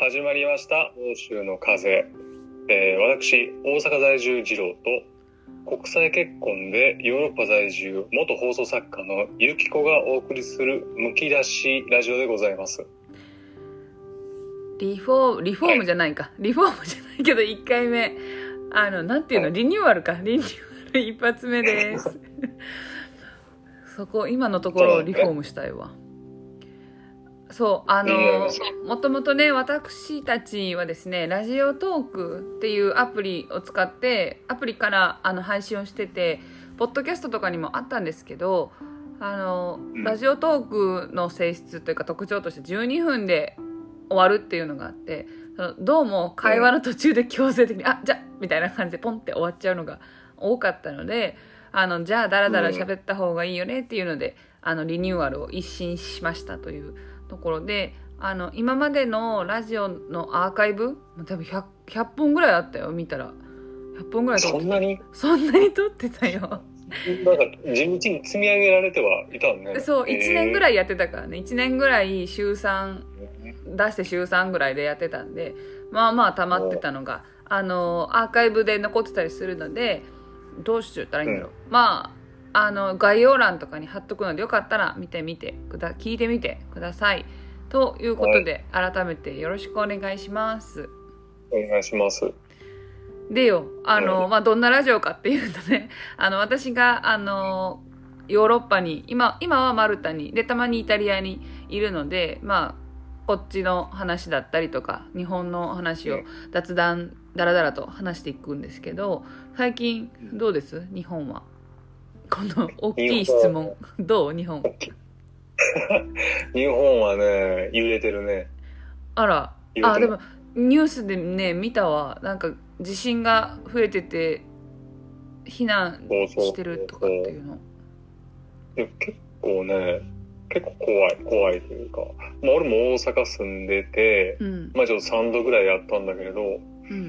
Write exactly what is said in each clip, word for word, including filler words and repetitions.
始まりました欧州の風、えー、私大阪在住二郎と国際結婚でヨーロッパ在住元放送作家のゆきこがお送りするむき出しラジオでございます。 リフォームリフォームじゃないか、はい、リフォームじゃないけどいっかいめあのなんていうの、はい、リニューアルかリニューアル一発目ですそこ今のところをリフォームしたいわ。そうあのもともとね私たちはですねラジオトークっていうアプリを使ってアプリからあの配信をしててポッドキャストとかにもあったんですけどあの、うん、ラジオトークの性質というか特徴としてじゅうにふんで終わるっていうのがあってどうも会話の途中で強制的に、うん、あじゃみたいな感じでポンって終わっちゃうのが多かったのであのじゃあダラダラ喋った方がいいよねっていうので、うん、あのリニューアルを一新しましたというところであの今までのラジオのアーカイブ多分 ひゃく, ひゃっぽんぐらいあったよ。見たらひゃっぽんぐらい撮ってた。 そんなにそんなに撮ってたよなんか地道に積み上げられてはいたんね。 そういちねんぐらいやってたからねいちねんぐらい週さん出して週さんぐらいでやってたんでまあまあ溜まってたのがあのアーカイブで残ってたりするのでどうしよったらいいんだろう、うん、まああの概要欄とかに貼っとくのでよかったら見てみてくだ聞いてみてくださいということで、はい、改めてよろしくお願いします。 お願いします。 でよあの、うんまあ、どんなラジオかっていうとねあの私があのヨーロッパに 今, 今はマルタにでたまにイタリアにいるのでまあこっちの話だったりとか日本の話を雑談だらだらと話していくんですけど最近どうです日本はこの大きい質問どう日本日本はね揺れてるね。 あらあでもニュースでね見たわなんか地震が増えてて避難してるとかっていうの。 いや結構ね結構怖い怖いというか、まあ、俺も大阪住んでて、うん、まあちょっとさんどぐらいあったんだけれど、うん、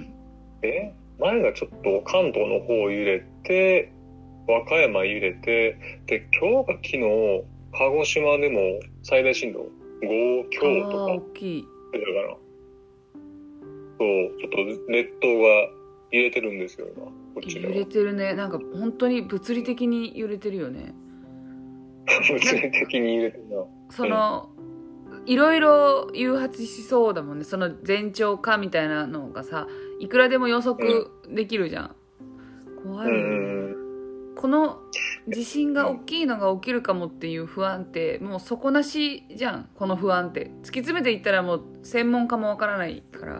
え前がちょっと関東の方揺れて和歌山揺れてで今日か昨日鹿児島でも最大震度ご強とか大きい出たかな。そうちょっと列島が揺れてるんですよ今こっちでは。 揺れてるねなんか本当に物理的に揺れてるよね物理的に揺れてるな。 その、うん、いろいろ誘発しそうだもんねその前兆かみたいなのがさいくらでも予測できるじゃん、うん、怖いよね、うんこの地震が大きいのが起きるかもっていう不安ってもう底なしじゃん。この不安って突き詰めていったらもう専門家もわからないから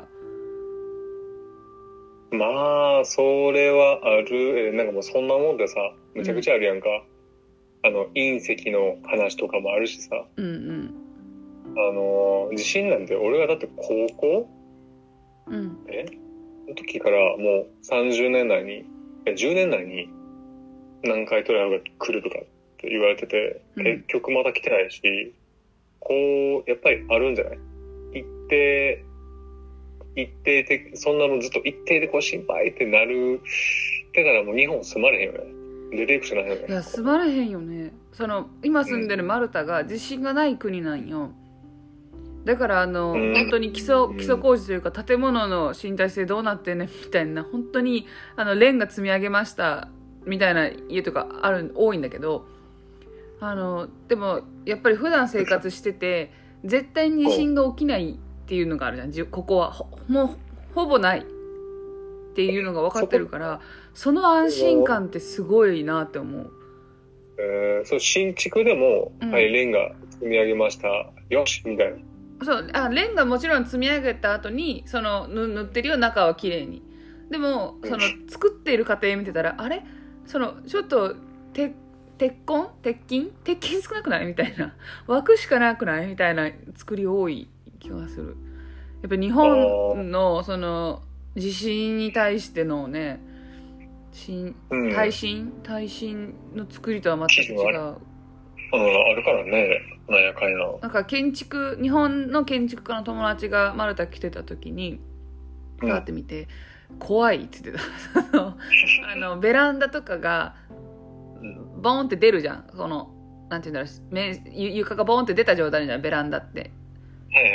まあそれはある。なんかもうそんなもんでさむちゃくちゃあるやんか、うん、あの隕石の話とかもあるしさ、うんうん、あの地震なんて俺がだって高校、うん、えの時からもうさんじゅうねんだいにいやじゅうねんだいに南海トラフが来るとかって言われてて、うん、結局まだ来てないしこうやっぱりあるんじゃない一定一定的そんなのずっと一定でこう心配ってなるだからもう日本住まれへんよね。出ていくしかないよね。 いや住まれへんよね。その今住んでるマルタが地震がない国なんよ。だからあの、うん、本当に基礎、基礎工事というか建物の身体性どうなってんねんみたいな本当にあのレンガ積み上げましたみたいな家とかある多いんだけどあのでもやっぱり普段生活してて絶対に地震が起きないっていうのがあるじゃん。ここは ほ, もうほぼないっていうのが分かってるからその安心感ってすごいなって思う。 えー、そう新築でも、うん、はいレンガ積み上げましたよしみたいな。 そうあレンガもちろん積み上げた後にその塗ってるよ中は綺麗に。でもその作っている過程見てたらあれそのちょっと鉄鉄痕鉄筋鉄筋少なくないみたいな枠しかなくないみたいな作り多い気がする。やっぱ日本のその地震に対してのね耐震耐震の作りとは全く違う。 うん、あるからねなんやかんやなんか建築日本の建築家の友達がマルタ来てた時にパーって見て、うん怖いって言ってたあのベランダとかがボーンって出るじゃん。そのなんていうんだろう床がボーンって出た状態じゃんベランダって。 はいはいはい。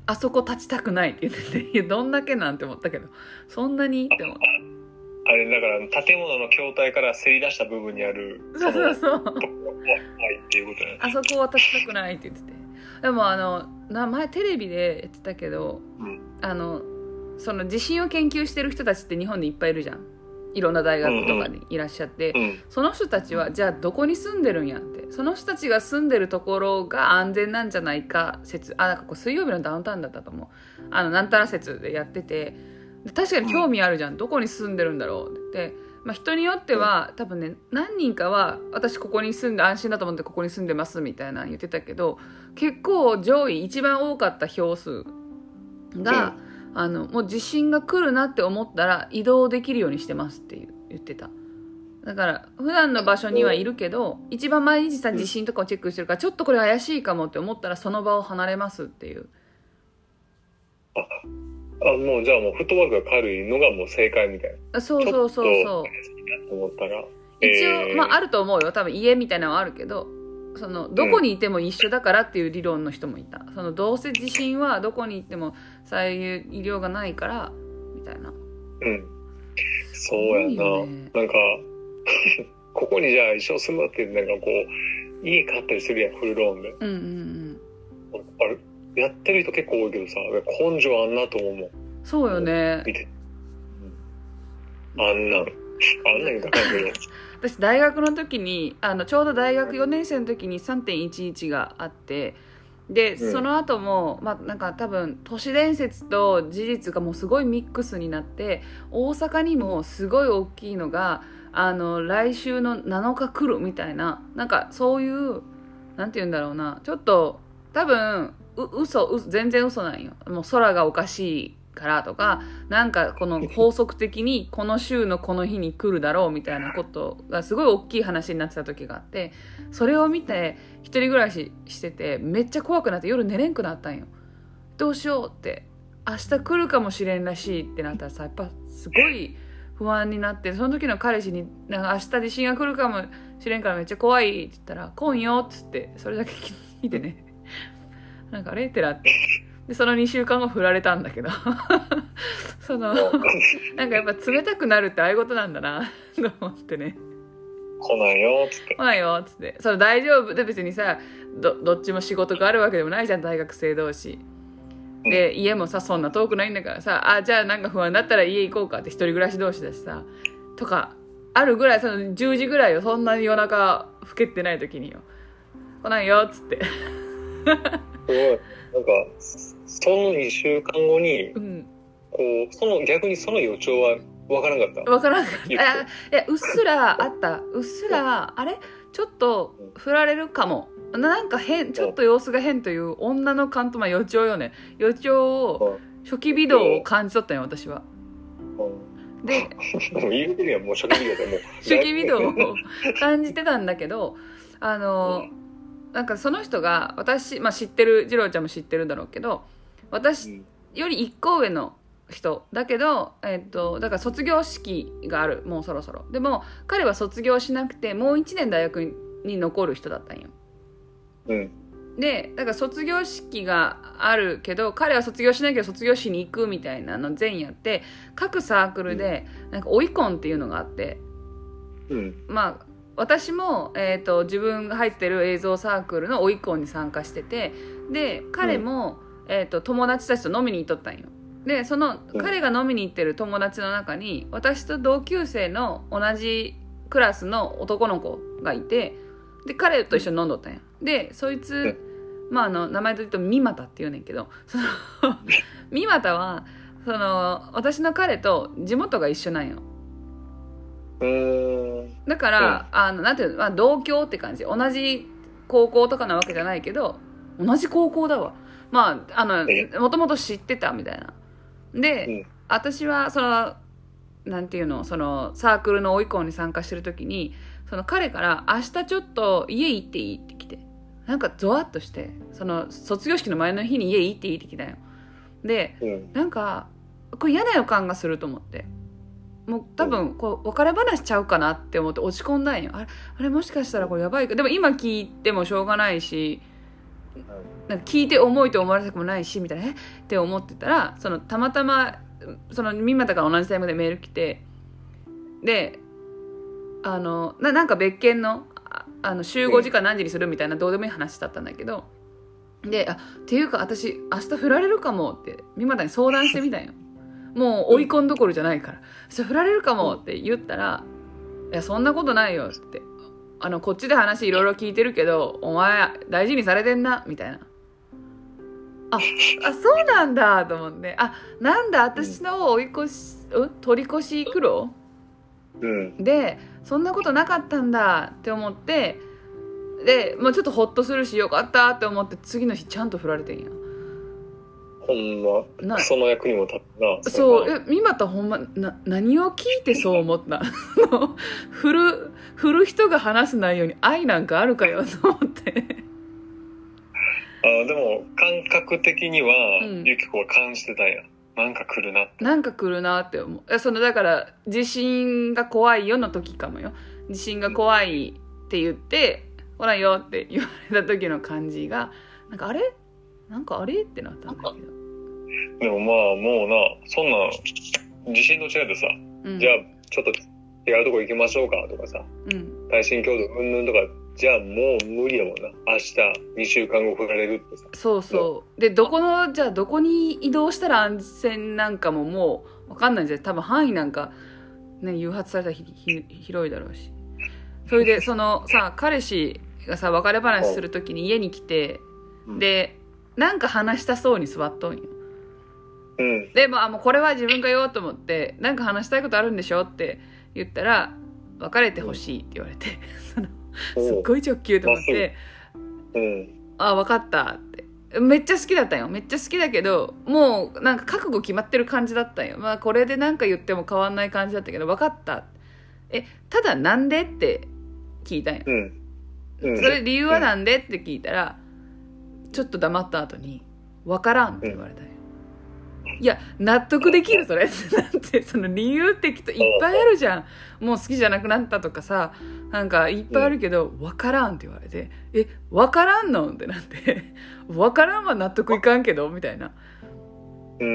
あそこ立ちたくないって言ってて、いやどんだけなんて思ったけど、そんなにって思った。 あれだから建物の筐体からせり出した部分にあるそうそうそう怖いっていうことね。 あそこは立ちたくないって言ってて、でもあのな前テレビで言ってたけど、うん、あのその地震を研究してる人たちって日本にいっぱいいるじゃん、いろんな大学とかにいらっしゃって、うんうん、その人たちはじゃあどこに住んでるんやって、その人たちが住んでるところが安全なんじゃないか説、あ、なんかこう水曜日のダウンタウンだったと思う、あのなんたら説でやってて、確かに興味あるじゃん、どこに住んでるんだろうって、まあ、人によっては多分ね、何人かは私ここに住んで安心だと思ってここに住んでますみたいな言ってたけど、結構上位一番多かった票数が、うん、あのもう地震が来るなって思ったら移動できるようにしてますって言ってた。だから普段の場所にはいるけど、一番毎日さ地震とかをチェックしてるから、ちょっとこれ怪しいかもって思ったらその場を離れますっていう。 あ、もうじゃあもうフットワークが軽いのがもう正解みたいな。 そうそうそうそう。 と思ったら一応、えー、まああると思うよ、多分家みたいなのはあるけど、そのどこにいても一緒だからっていう理論の人もいた、うん、そのどうせ地震はどこに行ってもそういう医療がないからみたいな。 うん、そうやな、ね、なんかここにじゃあ一生住むってなんかこう家買ったりするやん、フルローンで。うんうんうん。あれやってる人結構多いけどさ、根性あんなと思うもん。 そうよね。見て、 うん、あんなんあんなん言うたらあかんけど私大学の時にあのちょうど大学よねん生の時に さんてんいちいち があって、で、うん、その後もまあなんか多分都市伝説と事実がもうすごいミックスになって、大阪にもすごい大きいのがあの来週のなのか来るみたいな、なんかそういうなんて言うんだろうな、ちょっと多分う嘘う全然嘘なんよ、もう空がおかしいからとか、なんかこの法則的にこの週のこの日に来るだろうみたいなことがすごい大きい話になってた時があって、それを見て一人暮らししててめっちゃ怖くなって夜寝れんくなったんよ。どうしようって、明日来るかもしれんらしいってなったらさ、やっぱすごい不安になって、その時の彼氏になんか明日地震が来るかもしれんからめっちゃ怖いって言ったら来んよっつって、それだけ聞いてねなんかあれってなって、でそのにしゅうかんご振られたんだけどそのなんかやっぱ冷たくなるってああいうことなんだなと思ってね。 来ないよっつって来ないよっつって、それ大丈夫で、別にさ ど, どっちも仕事があるわけでもないじゃん、大学生同士で、うん、家もさそんな遠くないんだからさ、あじゃあなんか不安だったら家行こうかって、一人暮らし同士だしさとかあるぐらい、そのじゅうじぐらいよ、そんなに夜中ふけってない時によ、来ないよっつってすごいなんかそのにしゅうかんごに、うん、こうその逆にその予兆は分からなかった。 分からなかった。いやうっすらあった、うっすらあれちょっと振られるかも、なんか変、ちょっと様子が変という女の勘と、まあ予兆よね、予兆を、初期微動を感じ取ったよ私は。でもう言うてるやん、もう初期微動でも初期微動を感じてたんだけど、あの、うんなんかその人が私、まあ、知ってる、次郎ちゃんも知ってるんだろうけど、私よりいっこ上の人だけど、えっと、だから卒業式がある、もうそろそろ。でも彼は卒業しなくてもういちねん大学に残る人だったんよ、うん、でだから卒業式があるけど彼は卒業しないけど卒業式に行くみたいなの全やって、各サークルでなんかオイコンっていうのがあって、うん、まあ私も、えーと、自分が入ってる映像サークルのオイコンに参加してて、で彼も、うんえーと、友達たちと飲みに行っとったんよ。でその、うん、彼が飲みに行ってる友達の中に私と同級生の同じクラスの男の子がいて、で彼と一緒に飲んどったんや。でそいつ、うん、まああの名前と言うと三股って言うねんけど、その三股はその私の彼と地元が一緒なんよ。だから、うん、あのなんていうの、まあ、同郷って感じ、同じ高校とかなわけじゃないけど同じ高校だわ、まああのもともと知ってたみたいなで、うん、私はそのなんていうの、そのサークルの追い込みに参加してる時にその彼から明日ちょっと家行っていいって来て、なんかゾワッとして、その卒業式の前の日に家行っていいって来たよ。で、うん、なんかこれ嫌な予感がすると思って、もう多分こう別れ話しちゃうかなって思って落ち込んだんよ。あれ、あれもしかしたらこれやばいか、でも今聞いてもしょうがないしなんか聞いて重いと思われたくもないしみたいな、えって思ってたら、そのたまたまそのみまたから同じタイムでメール来て、であの な, なんか別件のああの集合時間何時にするみたいなどうでもいい話だったんだけど、で、あっていうか私明日振られるかもってみまたに相談してみたんよ。もう追い込んどころじゃないから、明日振られるかもって言ったら、いやそんなことないよって、あのこっちで話いろいろ聞いてるけどお前大事にされてんなみたいな。ああそうなんだと思って、あなんだ私の追い越し、うん、取り越し苦労、うん、でそんなことなかったんだって思って、でもうちょっとホッとするしよかったって思って、次の日ちゃんと振られてんや。 ほんまその役にも立ったな。 そうえみまたほんまな何を聞いてそう思った振る振る人が話す内容に愛なんかあるかよと思ってあでも感覚的には、うん、ゆきこは感じてたんや。なんか来るなって。 なんか来るなって思う。そのだから地震が怖いよの時かもよ。地震が怖いって言って、うん、ほらよって言われた時の感じがなんかあれなんかあれってなったんだけど。 でもまあもうなそんな地震の違いでさ、うん、じゃあちょっと違うとこ行きましょうかとかさ、うん、耐震強度うんぬんとかじゃあもう無理やもんな。明日にしゅうかんご振られるってさ。そうそうでどこのじゃあどこに移動したら安全なんかももう分かんないんじゃない。多分範囲なんかね誘発されたらひひ広いだろうし。それでそのさ彼氏がさ別れ話するときに家に来て、うん、でなんか話したそうに座っとんよ。うん、でもあもうこれは自分が言おうと思ってなんか話したいことあるんでしょって言ったら別れてほしいって言われて、うん、そのすっごい直球と思って、うん、あ分かったってめっちゃ好きだったよ。めっちゃ好きだけどもうなんか覚悟決まってる感じだったよ。まあこれで何か言っても変わんない感じだったけど分かったえただなんでって聞いたんよ、うんうん、それ理由はなんでって聞いたらちょっと黙った後に分からんって言われたんよ。いや納得できるそれなんてその理由ってきっといっぱいあるじゃん。もう好きじゃなくなったとかさなんかいっぱいあるけど分からんって言われてえ分からんのってなって分からんは納得いかんけどみたいな、うん、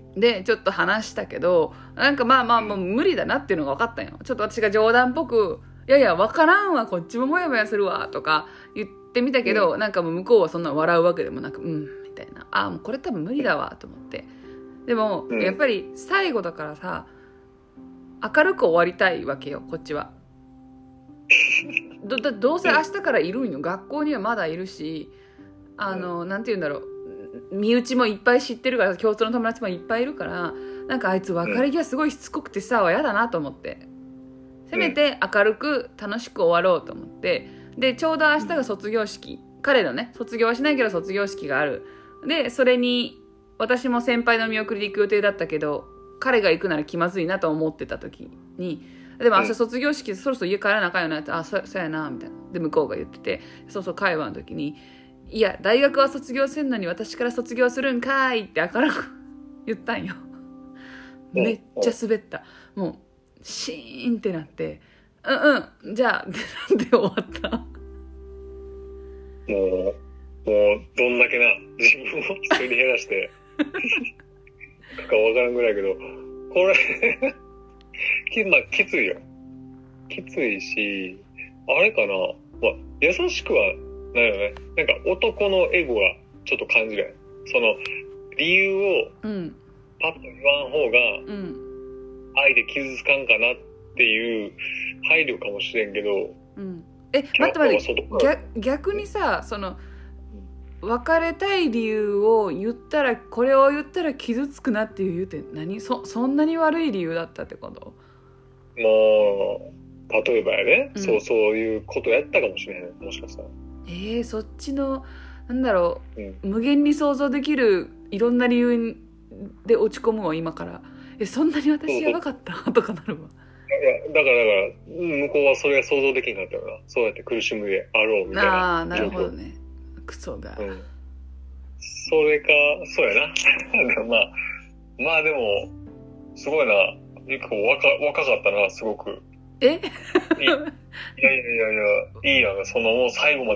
でちょっと話したけどなんかまあまあもう無理だなっていうのが分かったんよ。ちょっと私が冗談っぽくいやいや分からんわこっちもモヤモヤするわとか言ってみたけど、うん、なんかもう向こうはそんな笑うわけでもなくうんみたいなあもうこれ多分無理だわと思って。でも、うん、やっぱり最後だからさ明るく終わりたいわけよこっちは。 ど, だどうせ明日からいるんよ。学校にはまだいるしあの、うん、なんて言うんだろう身内もいっぱい知ってるから共通の友達もいっぱいいるからなんかあいつ別れ際すごいしつこくてさは嫌だなと思ってせめて明るく楽しく終わろうと思ってでちょうど明日が卒業式彼のね卒業はしないけど卒業式があるでそれに私も先輩の見送りで行く予定だったけど彼が行くなら気まずいなと思ってた時にでも明日卒業式でそろそろ家帰らなあかんよなってあ そ, そうやなみたいなで向こうが言っててそうそう会話の時にいや大学は卒業するのに私から卒業するんかいって明るく言ったんよ。めっちゃ滑った。もうシーンってなってうんうんじゃあってなって終わった。もうもうどんだけな自分を一人減らしてかわからんぐらいやけどこれき,、まあ、きついよきついしあれかな、まあ、優しくはないよね。なんか男のエゴがちょっと感じる。その理由をパッと言わん方が愛で傷つかんかなっていう配慮かもしれんけど、 うん、え待って待って逆, 逆にさその別れたい理由を言ったらこれを言ったら傷つくなっていう理由って何 そ, そんなに悪い理由だったってこと？ もう例えばやね、うん、そうそういうことやったかもしれないもしかしたらえー、そっちのなんだろう、うん、無限に想像できるいろんな理由で落ち込むわ今からえそんなに私やばかったとかなるわ。 いやだからだから向こうはそれが想像できなかったからそうやって苦しむであろうみたいな状況。ああなるほどねクソが、うん、それかそうやなまあまあでもすごいな結構若若かったなすごく。えいやいやいやいやいいやんそのもう最後まで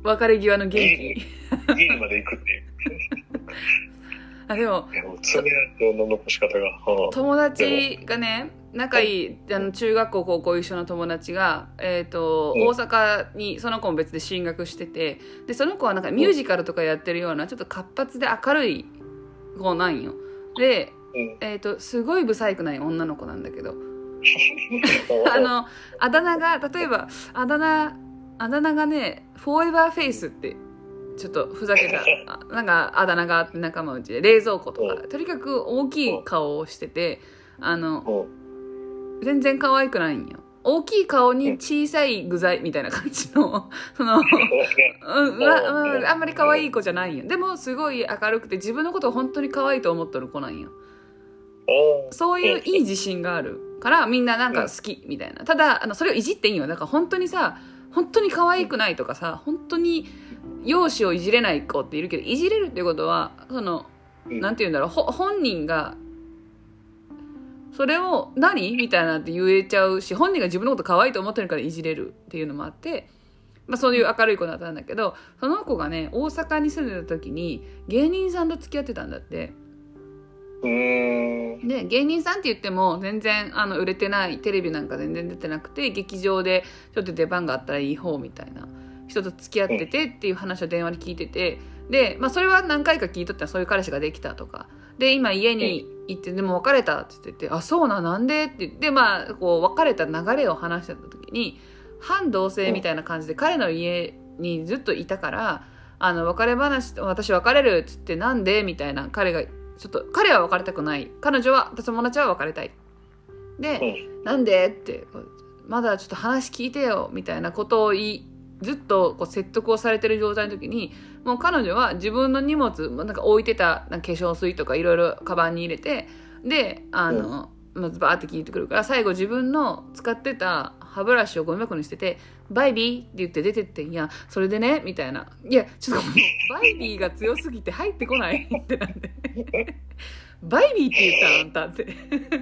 別れ際の元気ギリギリまで行くっていうあでも爪痕の残し方が、はあ、 友達がね仲いいあの中学校高校一緒の友達が、えーとうん、大阪にその子も別で進学してて、でその子はなんかミュージカルとかやってるようなちょっと活発で明るい子なんよ。で、うんえーと、すごいブサイクない女の子なんだけどあのあだ名が例えばあだ名あだ名がねフォーエバーフェイスってちょっとふざけたなんかあだ名があって仲間内で冷蔵庫とかとにかく大きい顔をしててあの全然可愛くないんよ。大きい顔に小さい具材みたいな感じのその、うんままあんまり可愛い子じゃないよ。でもすごい明るくて自分のことを本当に可愛いと思っとる子なんよ。そういういい自信があるからみんななんか好きみたいな。ただあのそれをいじっていいよ。だから本当にさ本当に可愛くないとかさ本当に容姿をいじれない子っているけど、いじれるっていうことはそのなんて言うんだろう、本人がそれを何みたいなって言えちゃうし、本人が自分のこと可愛いと思ってるからいじれるっていうのもあって、まあ、そういう明るい子だったんだけど、その子がね大阪に住んでた時に芸人さんと付き合ってたんだって。 うーんで芸人さんって言っても全然あの売れてない、テレビなんか全然出てなくて劇場でちょっと出番があったらいい方みたいな人と付き合っててっていう話を電話で聞いてて、で、まあ、それは何回か聞いとったらそういう彼氏ができたとかで今家に行ってでも別れたって言ってて、あそうななんでって言って、まあこう別れた流れを話してた時に半同棲みたいな感じで彼の家にずっといたから、あの別れ話私別れるって言ってなんでみたいな、彼がちょっと彼は別れたくない、彼女は友達は別れたいで、うん、なんでってまだちょっと話聞いてよみたいなことを言いずっとこう説得をされてる状態の時に、もう彼女は自分の荷物なんか置いてたなんか化粧水とかいろいろカバンに入れて、であの、うん、まずバーって聞いてくるから最後自分の使ってた歯ブラシをゴミ箱に捨ててバイビーって言って出てって、いやそれでねみたいな、いやちょっとバイビーが強すぎて入ってこないってなんでバイビーって言ったあんたってでもバイビーは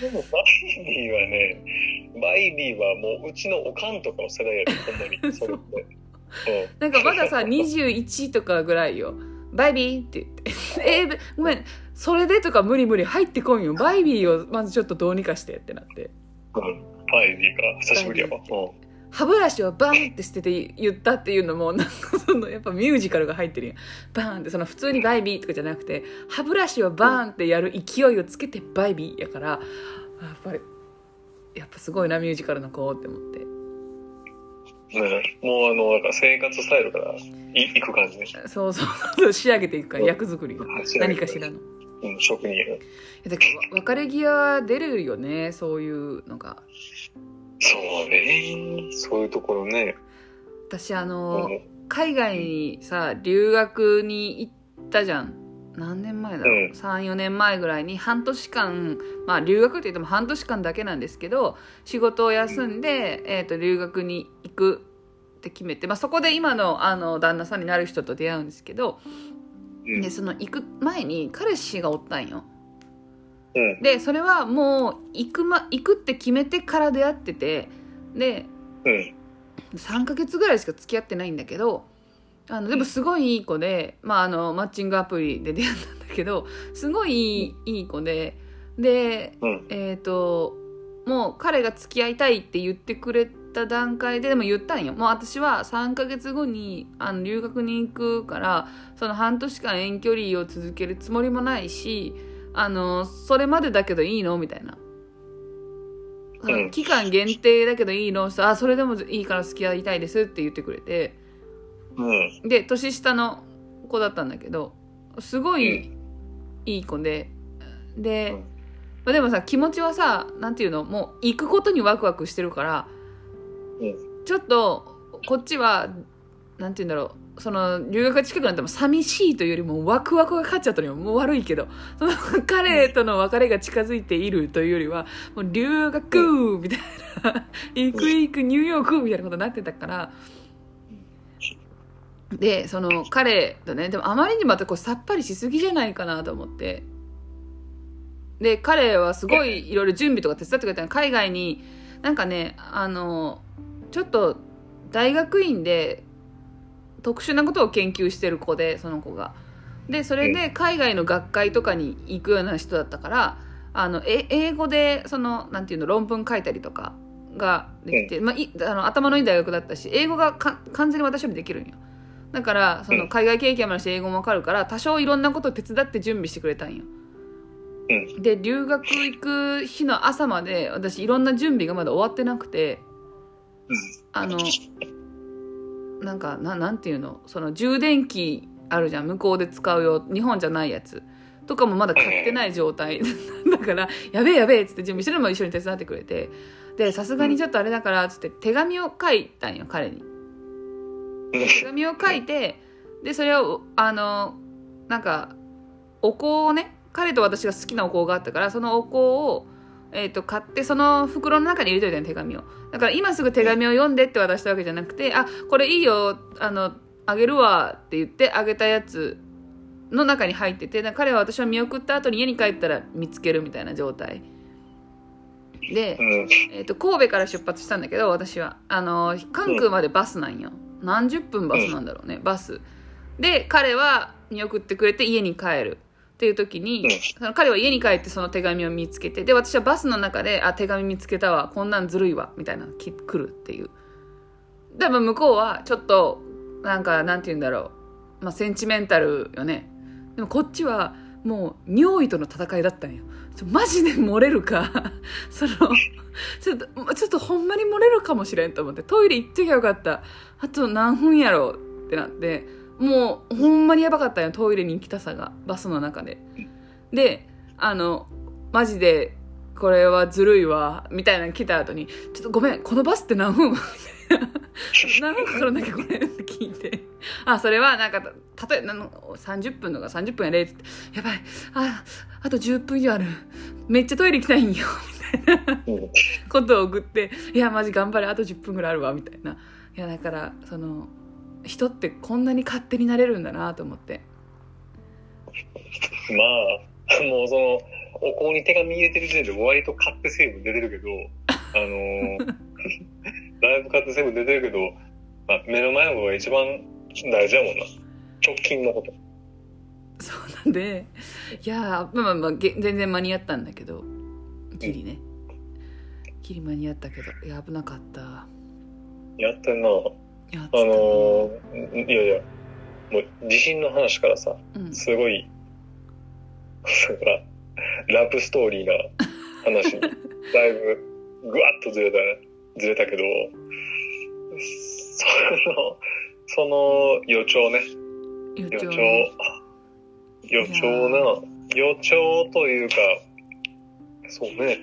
ね、バイビーはもううちのおかんとかの世代やで、ほんまにそれって、 うん、なんかまださにじゅういちとかぐらいよ、バイビーって言ってえー、ごめんそれでとか無理無理入ってこんよ、バイビーをまずちょっとどうにかしてってなって、 うん、バイビーか久しぶりやわ、 歯ブラシをバーンって捨てて言ったっていうのもなんかそのやっぱミュージカルが入ってるやん。バーンってその普通にバイビーとかじゃなくて歯ブラシをバーンってやる勢いをつけてバイビーやから、やっぱりやっぱすごいなミュージカルの子って思って、 ね、もうあのなんか生活スタイルからいいく感じね。 そうそうそう仕上げていくから役作りが何かしらの、 うん、職人やね。 だから別れ際出るよねそういうのが。 そうね、そういうところね。 私あの、うん、海外にさ留学に行ったじゃん。何年前だろう、うん、さんよねんまえぐらいに半年間、まあ留学って言っても半年間だけなんですけど仕事を休んで、えーと、留学に行くって決めて、まあ、そこで今の、あの旦那さんになる人と出会うんですけど、うん、でその行く前に彼氏がおったんよ。うん、でそれはもう行く、ま、行くって決めてから出会ってて、で、うん、さんかげつぐらいしか付き合ってないんだけど、あのでもすごいいい子で、まあ、あのマッチングアプリで出会ったんだけどすごいいい、いい子でで、うん、えっともう彼が付き合いたいって言ってくれた段階ででも言ったんよ。もう私はさんかげつごにあの留学に行くからその半年間遠距離を続けるつもりもないし、あのそれまでだけどいいのみたいな、うん、期間限定だけどいいの、あそれでもいいから付き合いたいですって言ってくれて、うん、で年下の子だったんだけどすごいいい子で、で、うんまあ、でもさ気持ちはさなんていうの、もう行くことにワクワクしてるから、うん、ちょっとこっちはなんていうんだろう、その留学が近くなっても寂しいというよりもワクワクが勝っちゃったのよ。もう悪いけどその彼との別れが近づいているというよりはもう留学みたいな行く行くニューヨークみたいなことになってたから、でその彼とねでもあまりにまたこうさっぱりしすぎじゃないかなと思って、で彼はすごいいろいろ準備とか手伝ってくれたの。海外になんかねあのちょっと大学院で特殊なことを研究してる子で、その子が。でそれで海外の学会とかに行くような人だったから、あのえ英語でそのなんていうの論文書いたりとかができて、まあ、いあの頭のいい大学だったし、英語がか完全に私よりできるんよ。だからその海外経験もあるし英語もわかるから、多少いろんなことを手伝って準備してくれたんよ。で留学行く日の朝まで私いろんな準備がまだ終わってなくて、あのなんか な, なんていうのその充電器あるじゃん、向こうで使うよ、日本じゃないやつとかもまだ買ってない状態だからやべえやべえっつって準備してるのも一緒に手伝ってくれて、でさすがにちょっとあれだからっつって手紙を書いたんよ、彼に。手紙を書いて、でそれをあのなんかお香をね、彼と私が好きなお香があったから、そのお香を、えー、と買ってその袋の中に入れといたの、手紙を。だから今すぐ手紙を読んでって渡したわけじゃなくて、あこれいいよ、あのあげるわって言ってあげたやつの中に入ってて、彼は私を見送った後に家に帰ったら見つけるみたいな状態で、えー、と神戸から出発したんだけど、私はあの関空までバスなんよ。何十分バスなんだろうね、バスで彼は見送ってくれて家に帰るっていう時に、その彼は家に帰ってその手紙を見つけて、で私はバスの中であ手紙見つけたわ、こんなんずるいわみたいなの来るっていう。多分向こうはちょっとなんかなんて言うんだろう、まあセンチメンタルよね。でもこっちはもう尿意との戦いだったんよ。ちょマジで漏れるかそのちょっとちょっとほんまに漏れるかもしれんと思って、トイレ行っときゃよかった、あと何分やろってなって、もうほんまにやばかったよ、トイレに行きたさがバスの中で。であのマジでこれはずるいわみたいなの来た後に、ちょっとごめんこのバスって何分みたいな何分かかるんだっけこれって聞いて、あそれはなんか例えばさんじゅっぷんとかさんじゅっぷんやれって言って、やばいああとじゅっぷん以上ある、めっちゃトイレ行きたいんよみたいなことを送って、いやマジ頑張れあとじゅっぷんぐらいあるわみたいな。いやだからその人ってこんなに勝手になれるんだなと思って。 まあもうそのお香に手紙入れてる時点で割と勝手成分出てるけど、あのー、だいぶ勝手成分出てるけど、まあ、目の前のことが一番大事だもんな、直近のこと。 そうなんで、いやまあまあまあ全然間に合ったんだけど、ギリね、ギリ間に合ったけど、いや危なかった。 やってんな。 やあのー、いやいやもう地震の話からさ、うん、すごいラブストーリーな話にだいぶぐわっとずれたずれたけど、そのその予兆ね、 予兆予兆な予兆というか、そうね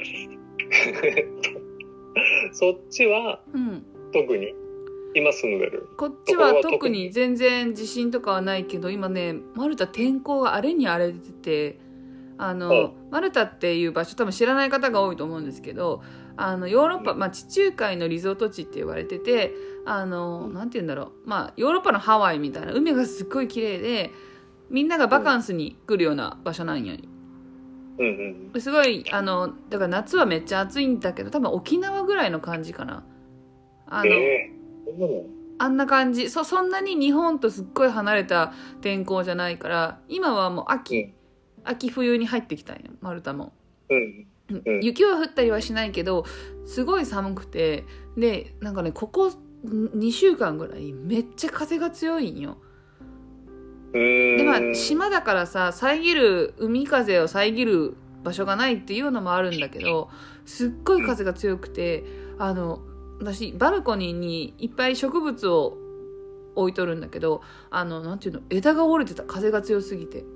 そっちは、うん、特に今住んでるこっちは特に全然地震とかはないけど、今ねマルタ天候が荒れに荒れてて、あのマルタっていう場所多分知らない方が多いと思うんですけど、あのヨーロッパ、まあ、地中海のリゾート地って言われてて、あのなんて言うんだろう、まあ、ヨーロッパのハワイみたいな、海がすっごい綺麗でみんながバカンスに来るような場所なんよ。 うんうん、 すごいあのだから夏はめっちゃ暑いんだけど、多分沖縄ぐらいの感じかな。あの、えーあんな感じ。 そ, そんなに日本とすっごい離れた天候じゃないから、今はもう秋、うん、秋冬に入ってきたんよマルタも、 うんうん、 雪は降ったりはしないけどすごい寒くて、でなんかねここにしゅうかんぐらいめっちゃ風が強いんよ。でまあ島だからさ、遮る海風を遮る場所がないっていうのもあるんだけど、すっごい風が強くて、あの私バルコニーにいっぱい植物を置いとるんだけど、あのなんていうの、枝が折れてた、風が強すぎて。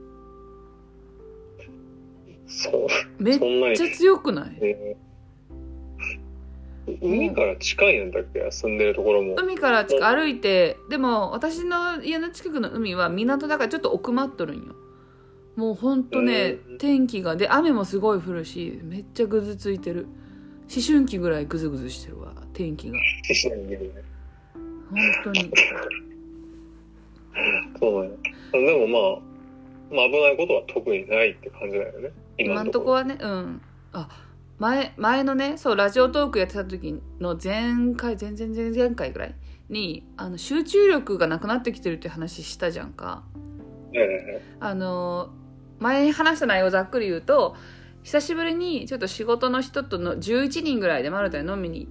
そうめっちゃ強くない？ えー、海から近いんだっけ、住んでるところも。 海から近い、歩いて。でも私の家の近くの海は港だからちょっと奥まっとるんよ。もうほんとね、うん、天気がで雨もすごい降るし、めっちゃぐずついてる。思春期ぐらいグズグズしてるわ、天気が。本当にそうね。でもまあ、まあ、危ないことは特にないって感じだよね、 今のところはね。うん。あ、前前のね、そうラジオトークやってた時の前回前々前々回ぐらいにあの集中力がなくなってきてるって話したじゃんか。あの前話した内容をざっくり言うと、久しぶりにちょっと仕事の人とのじゅういちにんぐらいでマルタで飲みに行って、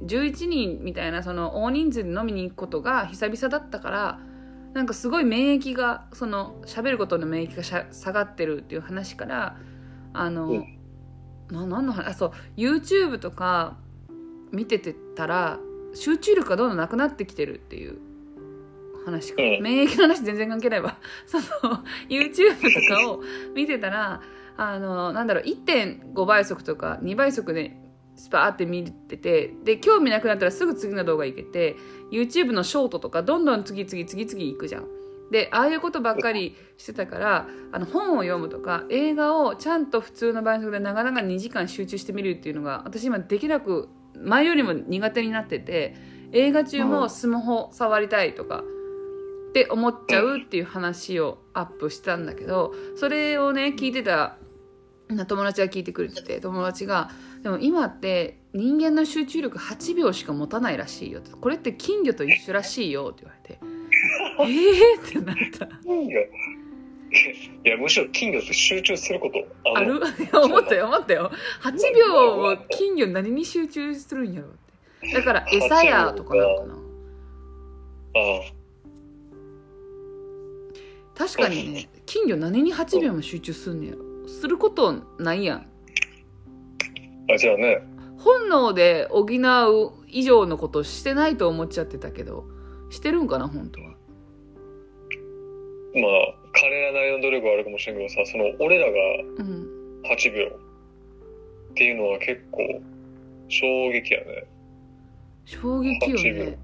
じゅういちにんみたいなその大人数で飲みに行くことが久々だったから、なんかすごい免疫がその喋ることの免疫がしゃ下がってるっていう話から、あの、うん、な何の話、あ、そう YouTube とか見ててたら集中力がどんどんなくなってきてるっていう話か、うん、免疫の話全然関係ないわその YouTube とかを見てたらあのなんだろう いってんご 倍速とかにばい速でスパーって見てて、で興味なくなったらすぐ次の動画いけて、 YouTube のショートとかどんどん次々次々いくじゃん。でああいうことばっかりしてたから、あの本を読むとか映画をちゃんと普通の倍速で長々にじかん集中して見るっていうのが私今できなく、前よりも苦手になってて、映画中もスマホ触りたいとかって思っちゃうっていう話をアップしたんだけど、それをね聞いてた友達が聞いてくれてて、友達がでも今って人間の集中力はちびょうしか持たないらしいよ、これって金魚と一緒らしいよって言われてえーってなった。 金魚、いやむしろ金魚って集中することある思ったよ思ったよ。はちびょうを金魚何に集中するんやろって。だから餌やとかなのかな。ああ、確かにね、金魚何にはちびょうも集中すんねやろ。することないやん。 あ、じゃあね、 本能で補う以上のことしてないと思っちゃってたけど、してるんかな本当は。まあ彼らなりの努力はあるかもしれんけどさ、その俺らがはちびょうっていうのは結構衝撃やね。 衝撃よね。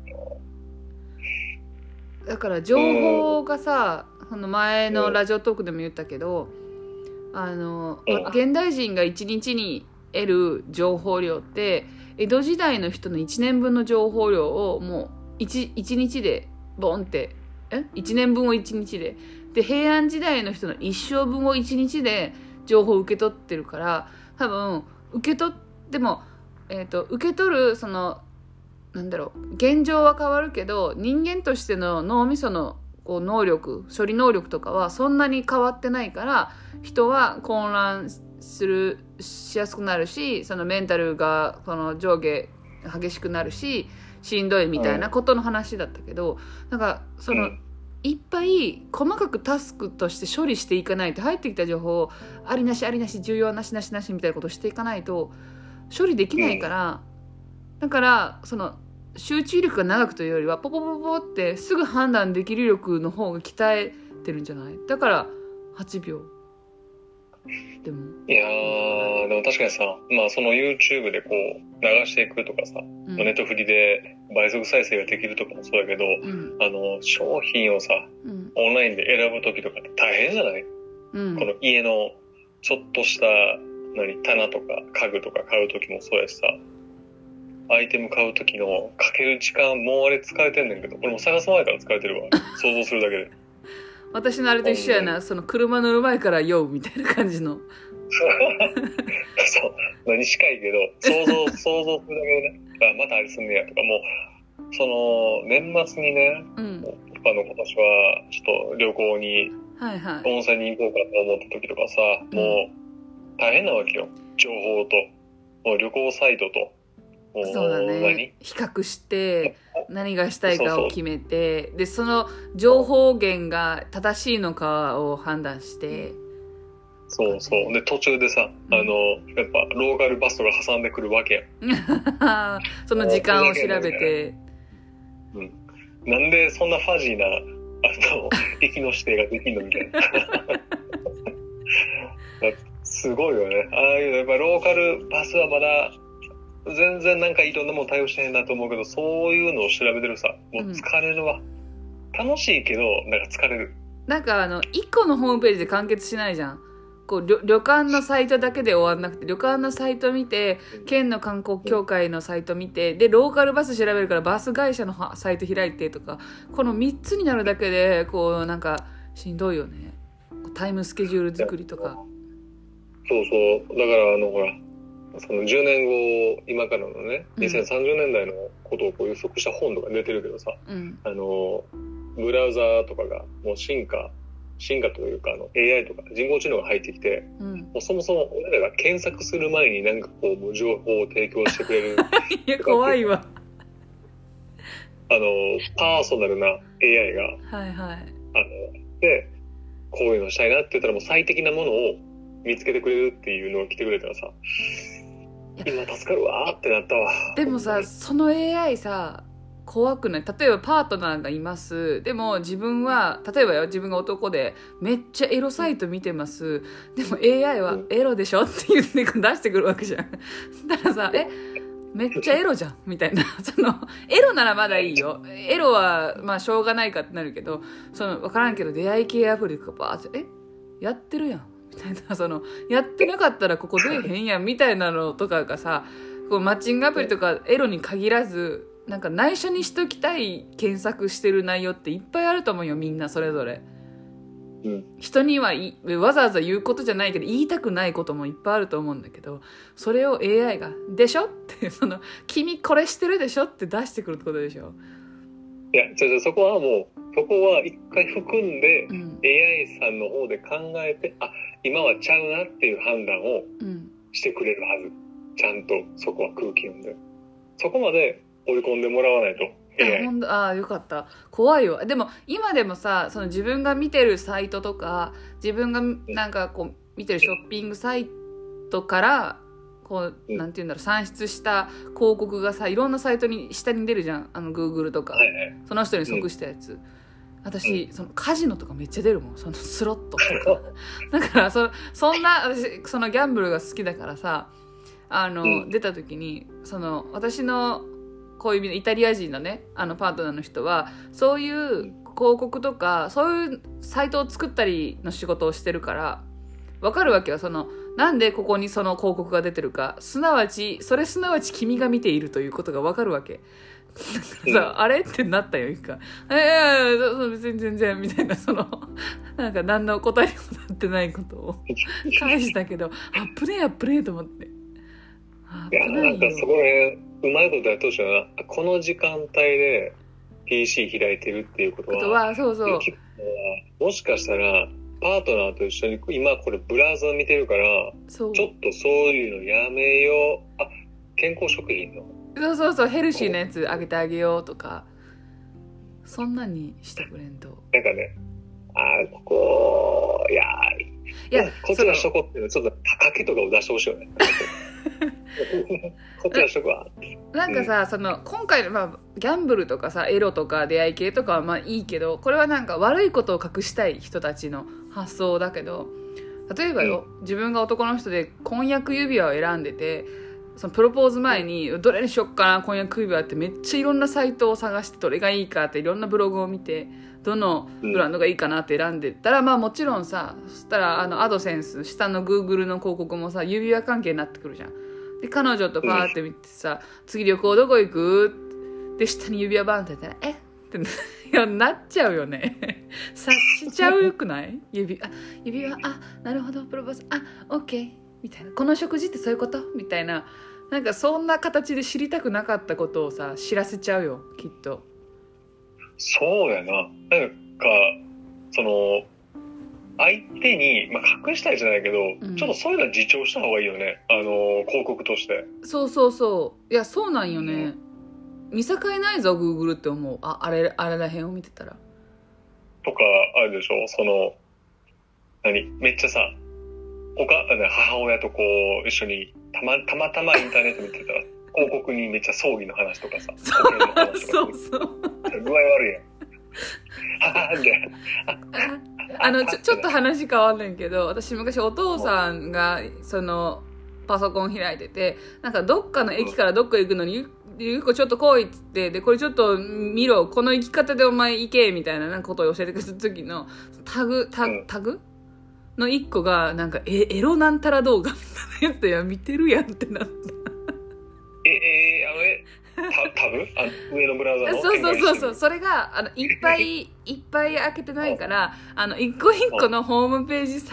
だから情報がさ、その前のラジオトークでも言ったけど、あの、うん、現代人がいちにちに得る情報量って江戸時代の人のいちねんぶんの情報量をもう 1, いちにちでボンってえいちねんぶんをいちにちでで平安時代の人の一生分をいちにちで情報を受け取ってるから、多分受け取っても、えーと、受け取るそのなんだろう現状は変わるけど人間としての脳みそのこう能力処理能力とかはそんなに変わってないから、人は混乱するしやすくなるし、そのメンタルがその上下激しくなるししんどいみたいなことの話だったけど、なんかそのいっぱい細かくタスクとして処理していかないと、入ってきた情報をありなしありなし重要なしなしなしみたいなことをしていかないと処理できないから、だからその集中力が長くというよりはポポポポってすぐ判断できる力の方が鍛えてるんじゃない？だからはちびょうでもいやーでも確かにさ、まあその YouTube でこう流していくとかさ、うん、ネットフリで倍速再生ができるとかもそうだけど、うん、あの商品をさ、うん、オンラインで選ぶ時とかって大変じゃない？うん、この家のちょっとした何棚とか家具とか買う時もそうやしさ、アイテム買う時のかける時間もうあれ疲れてんねんけど、これも探す前から疲れてるわ想像するだけで私のあれと一緒やな、その車乗る前から酔うみたいな感じのそう何近いけど想像想像するだけでね、あまたあれすんねやとか、もうその年末にね、うん、あの今年はちょっと旅行に、はいはい、温泉に行こうかと思った時とかさ、うん、もう大変なわけよ、情報ともう旅行サイトと。 そうだね、比較して何がしたいかを決めて、そうそうでその情報源が正しいのかを判断して、 そうそうで途中でさ、うん、あのやっぱローカルバスとか挟んでくるわけやんその時間を調べて、 うん、なんでそんなファジーなあの駅の指定ができるのみたいなすごいよね。ああいうやっぱローカルバスはまだ全然なんかいろんなもの対応してへんなと思うけど、そういうのを調べてるさ、もう疲れるわ、うん、楽しいけどなんか疲れる。 なんかあのいっこのホームページで完結しないじゃん。こう 旅, 旅館のサイトだけで終わんなくて、旅館のサイト見て県の観光協会のサイト見て、でローカルバス調べるからバス会社のサイト開いてとか、このみっつになるだけでこうなんかしんどいよね、タイムスケジュール作りとか。 そうそう、だからあのほらそのじゅうねんご今からのねにせんさんじゅうねんだいのことをこう予測した本とか出てるけどさ、うん、あのブラウザーとかがもう進化進化というかあの エーアイ とか人工知能が入ってきて、うん、もうそもそも俺らが検索する前になんかこうもう情報を提供してくれるいや怖いわあのパーソナルな エーアイ が、 はいはい、あのでこういうのしたいなって言ったらもう最適なものを見つけてくれるっていうのを来てくれたらさ今助かるわってなったわ。 でもさその エーアイ さ怖くない？例えばパートナーがいます。でも自分は例えばよ自分が男でめっちゃエロサイト見てます。でも エーアイ はエロでしょって言って出してくるわけじゃん。だからさえめっちゃエロじゃんみたいなそのエロならまだいいよ。エロはまあしょうがないかってなるけどその分からんけど出会い系アプリとかバーってえやってるやんみたいなそのやってなかったらここ出えへんやんみたいなのとかがさこうマッチングアプリとかエロに限らずなんか内緒にしときたい検索してる内容っていっぱいあると思うよみんなそれぞれ、うん、人にはいわざわざ言うことじゃないけど言いたくないこともいっぱいあると思うんだけどそれを エーアイ がでしょってその君これしてるでしょって出してくるってことでしょ。 いやちょちょそこはもうそこは一回含んで、うん、エーアイ さんの方で考えてあ今はちゃうなっていう判断をしてくれるはず、うん、ちゃんとそこは空気読んでそこまで追い込んでもらわないと。 ほんああよかった怖いよ。でも今でもさその自分が見てるサイトとか自分がなんかこう見てるショッピングサイトからこうなんていうんだろう算出した広告がさいろんなサイトに下に出るじゃんあの Google とか、はいはい、その人に即したやつ、うん、私そのカジノとかめっちゃ出るもんそのスロットとかだから そ, そんな私そのギャンブルが好きだからさあの、うん、出た時にその私の恋人イタリア人のねあのパートナーの人はそういう広告とかそういうサイトを作ったりの仕事をしてるから分かるわけよそのなんでここにその広告が出てるかすなわちそれすなわち君が見ているということが分かるわけだからさあれってなったよ一回ええー、別に全然みたいなそのなんか何の答えにもなってないことを返したけどあプレイやプレイと思っていやなんかそこら辺うまいことやってほしいな。この時間帯で ピーシー 開いてるっていうことはことはそうそうもしかしたらパートナーと一緒に今これブラウザ見てるからちょっとそういうのやめようあ健康食品のそうそうそうヘルシーなやつあげてあげようとかそんなにしてくれんとなんかねあここいやいやこっちのしとこっていうのちょっとかけとかを出してほしいよねこっちのしとこはなんかさ、うん、その今回の、まあ、ギャンブルとかさエロとか出会い系とかはまあいいけどこれはなんか悪いことを隠したい人たちの発想だけど例えばよ、うん、自分が男の人で婚約指輪を選んでてそのプロポーズ前にどれにしよっかな婚約指輪ってめっちゃいろんなサイトを探してどれがいいかっていろんなブログを見てどのブランドがいいかなって選んでったら、うん、まあもちろんさそしたらあのアドセンス下の Google の広告もさ指輪関係になってくるじゃん。で彼女とパーって見てさ、うん、次旅行どこ行くで下に指輪バンってやったらえっていやなっちゃうよね察しちゃうよくない指あ指輪あなるほどプロポーズあオッケーみたいなこの食事ってそういうことみたいななんかそんな形で知りたくなかったことをさ知らせちゃうよきっと。 そうやななんかその相手に、まあ、隠したいじゃないけど、うん、ちょっとそういうのは自重した方がいいよねあの広告として。 そうそうそういやそうなんよね、うん、見境ないぞ Google って思う あ, あれあれらへんを見てたらとかあるでしょその何めっちゃさおか母親とこう一緒にたまたまたまインターネット見てたら広告にめっちゃ葬儀の話とかさそうそうそう具合悪いやんはみたいなあのちょ、ちょっと話変わんねんけど私昔お父さんがそのパソコン開いててなんかどっかの駅からどっか行くのにゆうこちょっと来いっつってでこれちょっと見ろこの行き方でお前行けみたいなことを教えてくれた時のタグタグ、タグの一個がなんかえエロなんたら動画みたいなやつや見てるやんってなったええー、あのえタブあ上のブラウザのそうそうそうそうそれがあのいっぱいいっぱい開けてないからあの一個一個のホームページサイ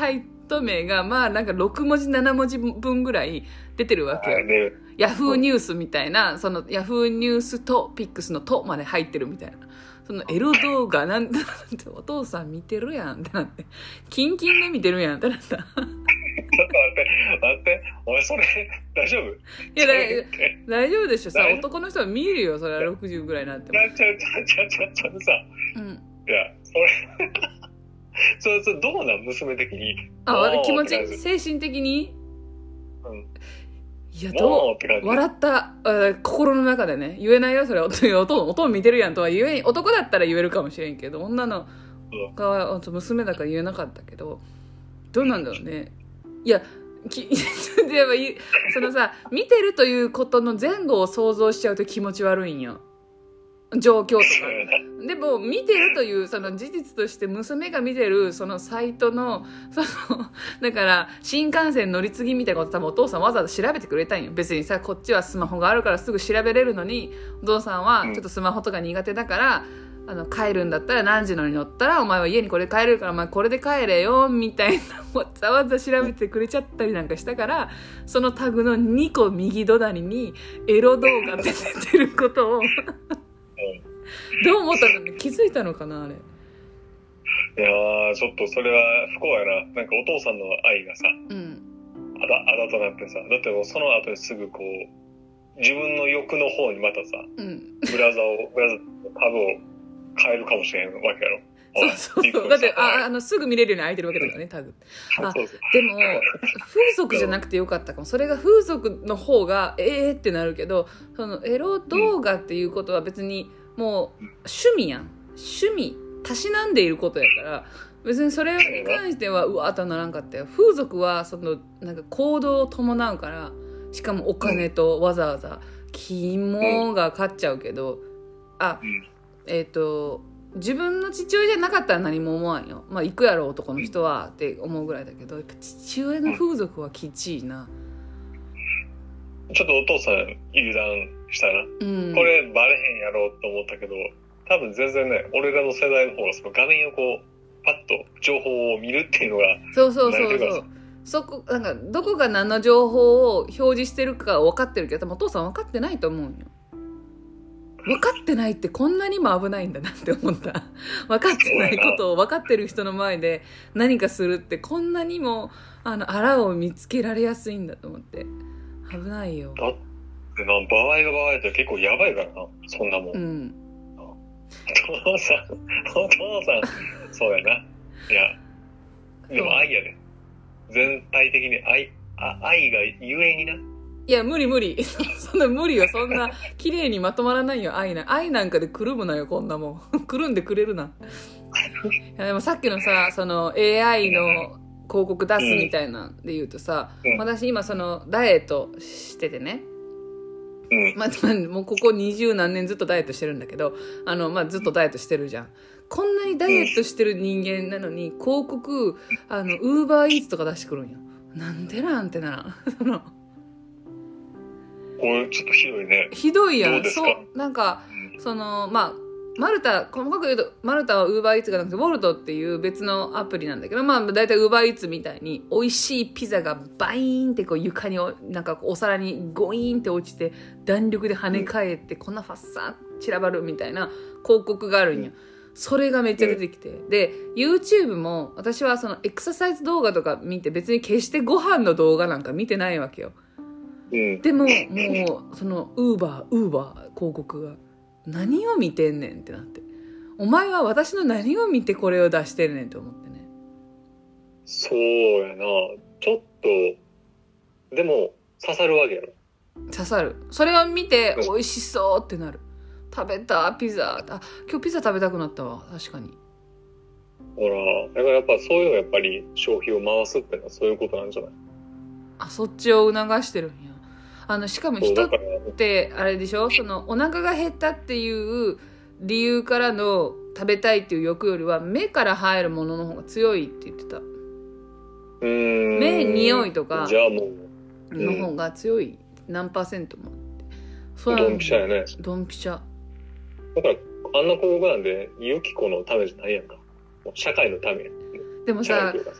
ト名がまあなんかろくもじななもじぶんぐらい出てるわけよ、 ね、 ヤフーニュースみたいな、そのヤフーニュースとピックスのとまで入ってるみたいな、そのエロ動画なんてお父さん見てるやんってなって、キンキンで見てるやんってなった。 ちょっと待って待って、お前それ大丈夫？いや大丈夫でしょさ、男の人は見るよそれはろくじゅうぐらいになっても。 ちゃちゃちゃちゃちゃさ、うん、いやそれそれそれどうなん娘的に？ あ、気持ち精神的に？うん。いやどう笑った心の中でね、言えないよそれ。音音見てるやんとは言えん。男だったら言えるかもしれんけど、女の子は娘だから言えなかったけど、どうなんだろうね。いやきやっぱそのさ、見てるということの前後を想像しちゃうと気持ち悪いんよ、状況とか。でも見てるというその事実として娘が見てるそのサイトのそのだから新幹線乗り継ぎみたいなこと多分お父さんわざわざ調べてくれたんよ。別にさこっちはスマホがあるからすぐ調べれるのに、お父さんはちょっとスマホとか苦手だから、うん、あの帰るんだったら何時のに乗ったらお前は家にこれ帰れるからお前これで帰れよみたいなわざわざ調べてくれちゃったりなんかしたから、そのタグのにこ右隣にエロ動画って出てることをどう思ったの？気づいたのかなあれ。いやーちょっとそれは不幸やな。なんかお父さんの愛がさ、うん、あだあだとなってさ、だってもうその後にすぐこう自分の欲の方にまたさ、うん、ブラザーをブラザーのタブを変えるかもしれんわけやろ。 そうそうそう。だってああのすぐ見れるように空いてるわけだからねタグ。あそうそう。でも風俗じゃなくてよかったかも。それが風俗の方がええー、ってなるけど、そのエロ動画っていうことは別に、うんもう趣味やん、趣味たしなんでいることやから別にそれに関してはうわーとはならんかったよ。風俗はそのなんか行動を伴うから、しかもお金とわざわざ肝が勝っちゃうけど、あえっ、ー、と自分の父親じゃなかったら何も思わんよ。まあ行くやろ男の人はって思うぐらいだけど、やっぱ父親の風俗はきちいな。 ちょっとお父さん油断したな、うん、これバレへんやろと思ったけど、多分全然ね俺らの世代の方がその画面をこうパッと情報を見るっていうのがそうそうそうそうそこなんかどこが何の情報を表示してるか分かってるけど、多分お父さん分かってないと思うんよ。分かってないってこんなにも危ないんだなって思った。分かってないことを分かってる人の前で何かするってこんなにもあのあらを見つけられやすいんだと思って危ないよ。 だってな場合が場合って結構やばいからなそんなもん、うん、お父さんお父さんそうやな。いやでも愛やで、全体的に愛あ愛がゆえにな。 いや無理無理そんな無理よ。そんな綺麗にまとまらないよ。愛な愛なんかでくるむなよこんなもんくるんでくれるな。いやでもさっきのさその エーアイ の広告出すみたいなんで言うとさ、うん、私今そのダイエットしててね、うんまあ、もうここ二十何年ずっとダイエットしてるんだけど、あの、まあ、ずっとダイエットしてるじゃん。こんなにダイエットしてる人間なのに広告あのウーバーイーツとか出してくるんよ。なんでなんてなそのこれちょっとひどいね。 ひどいやん。そうなんか、うん、そのまあマルタ細かく言うとマルタはウーバーイーツがなくてウォルトっていう別のアプリなんだけど、まあだいたいウーバーイーツみたいに美味しいピザがバイーンってこう床になんかお皿にゴイーンって落ちて弾力で跳ね返ってこんなファッサー散らばるみたいな広告があるんよ。それがめっちゃ出てきて、で YouTube も私はそのエクササイズ動画とか見て別に決してご飯の動画なんか見てないわけよ。でももうそのウーバーウーバー広告が何を見てんねんってなって、お前は私の何を見てこれを出してるねんと思ってね。 そうやな。ちょっとでも刺さるわけやろ。 刺さる。それを見て美味しそうってなる。食べたピザ、あ今日ピザ食べたくなったわ。確かに。 ほらだからやっぱそういうのやっぱり消費を回すってのはそういうことなんじゃない。 あそっちを促してるんや。あのしかも人ってあれでしょ、そのお腹が減ったっていう理由からの食べたいっていう欲よりは目から入るものの方が強いって言ってた。うーん目匂いとかじゃあもうの方が強い、うん、何パーセントもそうドンピシャやね。 ドンピシャだからあんな広告なんでユキコのためじゃないやんか、社会のため。 でもさ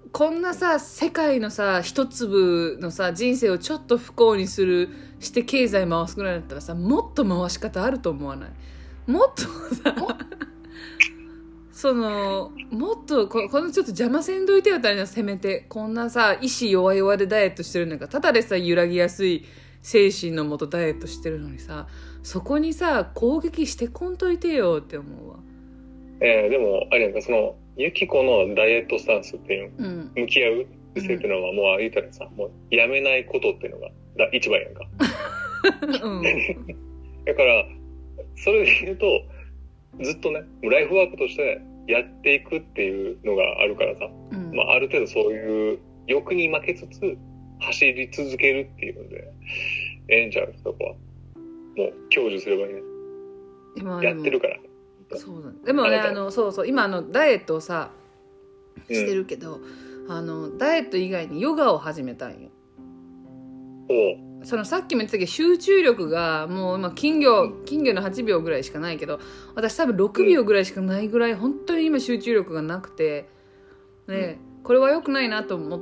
こんなさ世界のさ一粒のさ人生をちょっと不幸にするして経済回すぐらいだったらさ、もっと回し方あると思わない？もっとさそのもっと こ, このちょっと邪魔せんどいてよ、誰な、せめてこんなさ意志弱々でダイエットしてるんだから、ただでさ揺らぎやすい精神のもとダイエットしてるのにさ、そこにさ攻撃してこんといてよって思うわ。 えー、でもあれやんか、そのユキコのダイエットスタンスっていう、うん、向き合う姿勢っていうのは、もう言ったらさ、もうやめないことっていうのがだ一番やんか、うん、だからそれで言うとずっとねライフワークとしてやっていくっていうのがあるからさ、うん、まあ、ある程度そういう欲に負けつつ走り続けるっていうのでええんちゃう、そこはもう享受すればいいね。今やってるから。 そうだ、でもね、あのそうそう今あのダイエットをさしてるけど、うん、あのダイエット以外にヨガを始めたんよ。おそのさっきも言ってたけど集中力がもう今金魚金魚のはちびょうぐらいしかないけど、私多分ろくびょうぐらいしかないぐらい本当に今集中力がなくて、ね、これは良くないなと思って、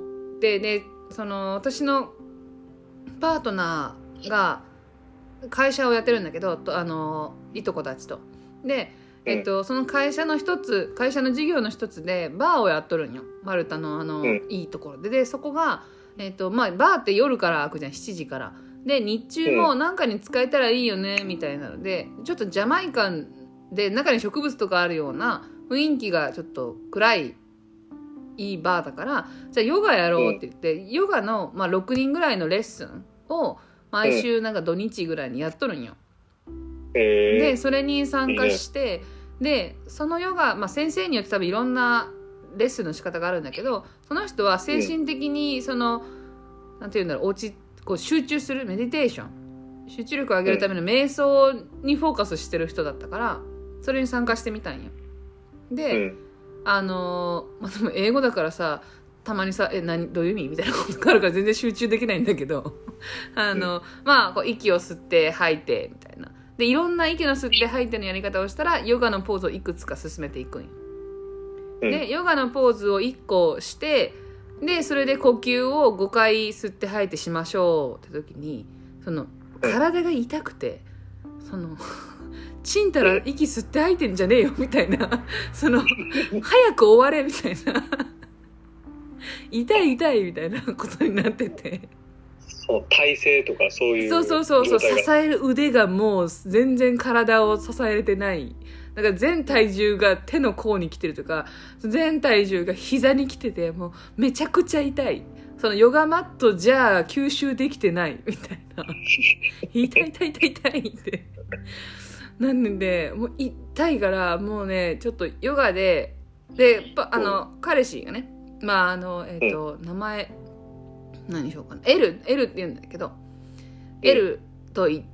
でその私のパートナーが会社をやってるんだけど、あのいとこたちとで、えっと、その会社の一つ会社の事業の一つでバーをやっとるんよ、マルタのあの、うん、いいところで、でそこが、えっとまあ、バーって夜から開くじゃん、しちじからで、日中もなんかに使えたらいいよねみたいなので、ちょっとジャマイカンで中に植物とかあるような雰囲気がちょっと暗いいいバーだから、じゃあヨガやろうって言って、うん、ヨガの、まあ、ろくにんぐらいのレッスンを毎週なんか土日ぐらいにやっとるんよ、うん、でそれに参加して、いいね、でそのヨガ、まあ、先生によって多分いろんなレッスンの仕方があるんだけど、その人は精神的にその、うん、なんていうんだろう、落ちこう集中するメディテーション、集中力を上げるための瞑想にフォーカスしてる人だったから、それに参加してみたんよ。で、うん、あのーまあ、でも英語だからさ、たまにさ、え、何どういう意味みたいなことがあるから全然集中できないんだけどあの、うん、まあこう息を吸って吐いてみたいなで、いろんな息の吸って吐いてのやり方をしたらヨガのポーズをいくつか進めていくんよ、うん、でヨガのポーズをいっこして、でそれで呼吸をごかい吸って吐いてしましょうって時に、その体が痛くて、そのちんたら息吸って吐いてんじゃねえよみたいな、その早く終われみたいな痛い痛いみたいなことになってて、 そう体勢とかそういうそうそうそうそう、支える腕がもう全然体を支えれてない、だから全体重が手の甲に来てるとか、全体重が膝に来てて、もうめちゃくちゃ痛い、そのヨガマットじゃ吸収できてないみたいな痛い痛い痛い痛いってなんでもう痛いから、もうねちょっとヨガでであの、うん、彼氏がね、まああのえっ、ー、と、うん、名前何しようかな、 L, L って言うんだけど、うん、L と言って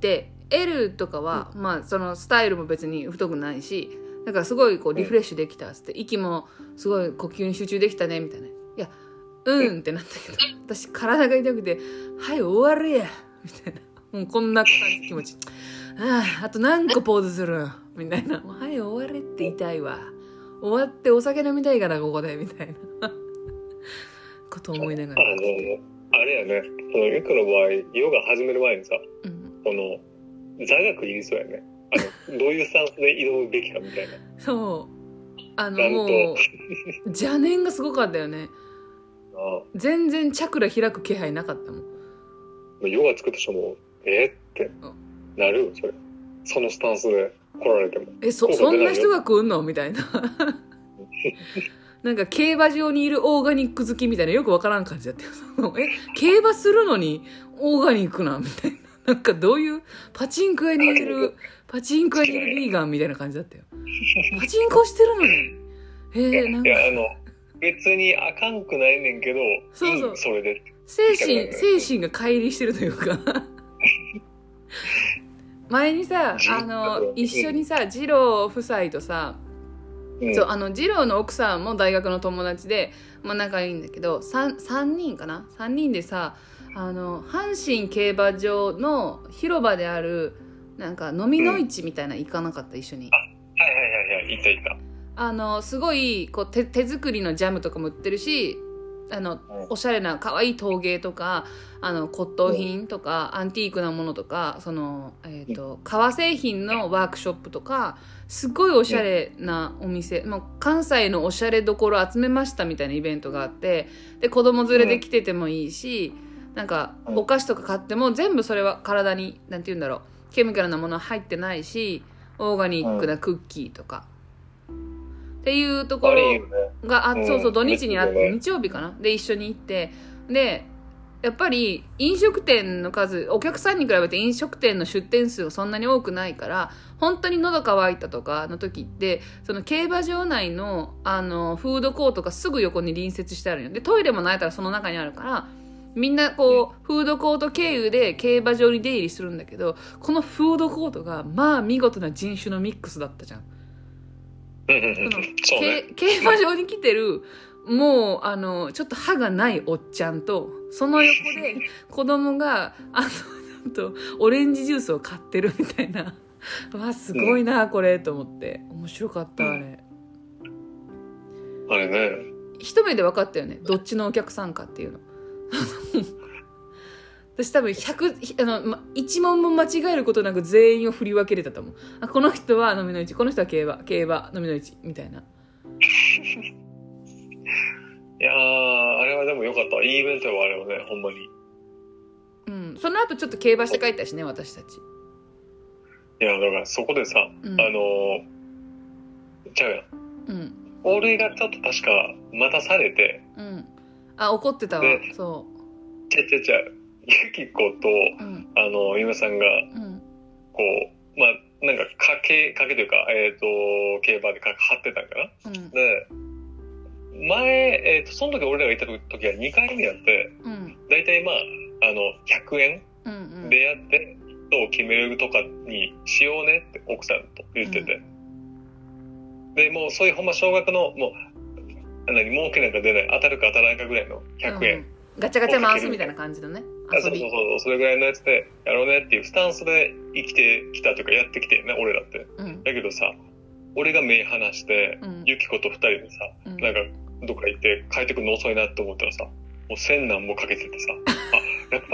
L とかは、うん、まあそのスタイルも別に太くないし、だからすごいこうリフレッシュできたっつって、うん、息もすごい呼吸に集中できたねみたいな、いやうんってなったけど、私体が痛くてはい終われやみたいな、もうこんな感じ気持ちああ、あと何個ポーズするみたいな、はい終われって痛いわ、終わってお酒飲みたいからここでみたいなことを思いながら、 あのあれやね、そのゆくの場合ヨガ始める前にさ、うん、この座学いりそうやね、あのどういうスタンスで挑むべきかみたいなそうあのもう邪念がすごかったよね。ああ全然チャクラ開く気配なかったもん。 ヨガ作った人もえー、ってなるよ、それそのスタンスで来られても、 え そ, そんな人が来んのみたいななんか競馬場にいるオーガニック好きみたいなよくわからん感じだったよえ競馬するのにオーガニックなみたいな、なんかどういうパチンコ屋にいるパチンコ屋にいるビーガンみたいな感じだったよパチンコしてるのにえー、なんかいやあの別にあかんくないねんけど、そうそう、いいそれで精神精神が乖離してるというか前にさあの一緒にさ次郎夫妻とさ、うん、そうあの次郎の奥さんも大学の友達で、まあ、仲いいんだけど 3, さんにんかなさんにんでさ、あの阪神競馬場の広場であるなんか飲みの市みたいな行かなかった、うん、一緒に。 あはいはいはいはい、行った行った。 あのすごいこう 手, 手作りのジャムとかも売ってるし、 あのおしゃれな可愛い陶芸とかあの骨董品とかアンティークなものとかその、えーと、革製品のワークショップとかすごいおしゃれなお店、もう関西のおしゃれどころ集めましたみたいなイベントがあって、で子供連れで来ててもいいし、なんかお菓子とか買っても全部それは体になんて言うんだろう、ケミカルなものは入ってないし、オーガニックなクッキーとかっていうところがあ、そうそう土日にあって、日曜日かなで一緒に行って、でやっぱり飲食店の数、お客さんに比べて飲食店の出店数がそんなに多くないから、本当に喉乾いたとかの時ってその競馬場内のあのフードコートがすぐ横に隣接してあるよ。でトイレもないからその中にあるから、みんなこうフードコート経由で競馬場に出入りするんだけど、このフードコートがまあ見事な人種のミックスだったじゃん。 うんうんうん、そうね、 競馬場に来てるもうあのちょっと歯がないおっちゃんと、その横で子供があのとオレンジジュースを買ってるみたいなわすごいなこれと思って面白かった。あれ、 うん、あれね一目で分かったよね、どっちのお客さんかっていうの私多分ひゃくあの、ま、いち問も間違えることなく全員を振り分けれたと思う。あ、この人は飲みの市、この人は競馬競馬飲みの市みたいな。いやーあれはでも良かった、いいイベントはあれはね、ほんまに。 うん、その後ちょっと競馬して帰ったしね、私たち。 いやだからそこでさ、うん、あのちゃうやん、うん、俺がちょっと確か待たされて、 うん、あ怒ってたわ。そうちゃちゃちゃゆきこと、うん、あのゆめさんが、うん、こうまあなんか賭け賭けというか、えーと競馬で張ってたんかな、うん、で前、えーとその時俺らが行った時はにかいめやって、うん、だいたいまああのひゃくえんでやって、うんうん、どう決めるとかにしようねって奥さんと言ってて、うん、でもうそういうほんま少額のもう何儲けなんか出ない、当たるか当たらないかぐらいのひゃくえん、うん、 ガチャガチャ回すみたいな感じのね遊び、そうそうそう、それぐらいのやつでやろうねっていうスタンスで生きてきたというかやってきてね俺らって、うん、だけどさ俺が目離して、うん、ゆきことふたりでさ、うん、なんかどっか行って帰ってくるの遅いなって思ったらさ、もう千何もかけててさあやっぱ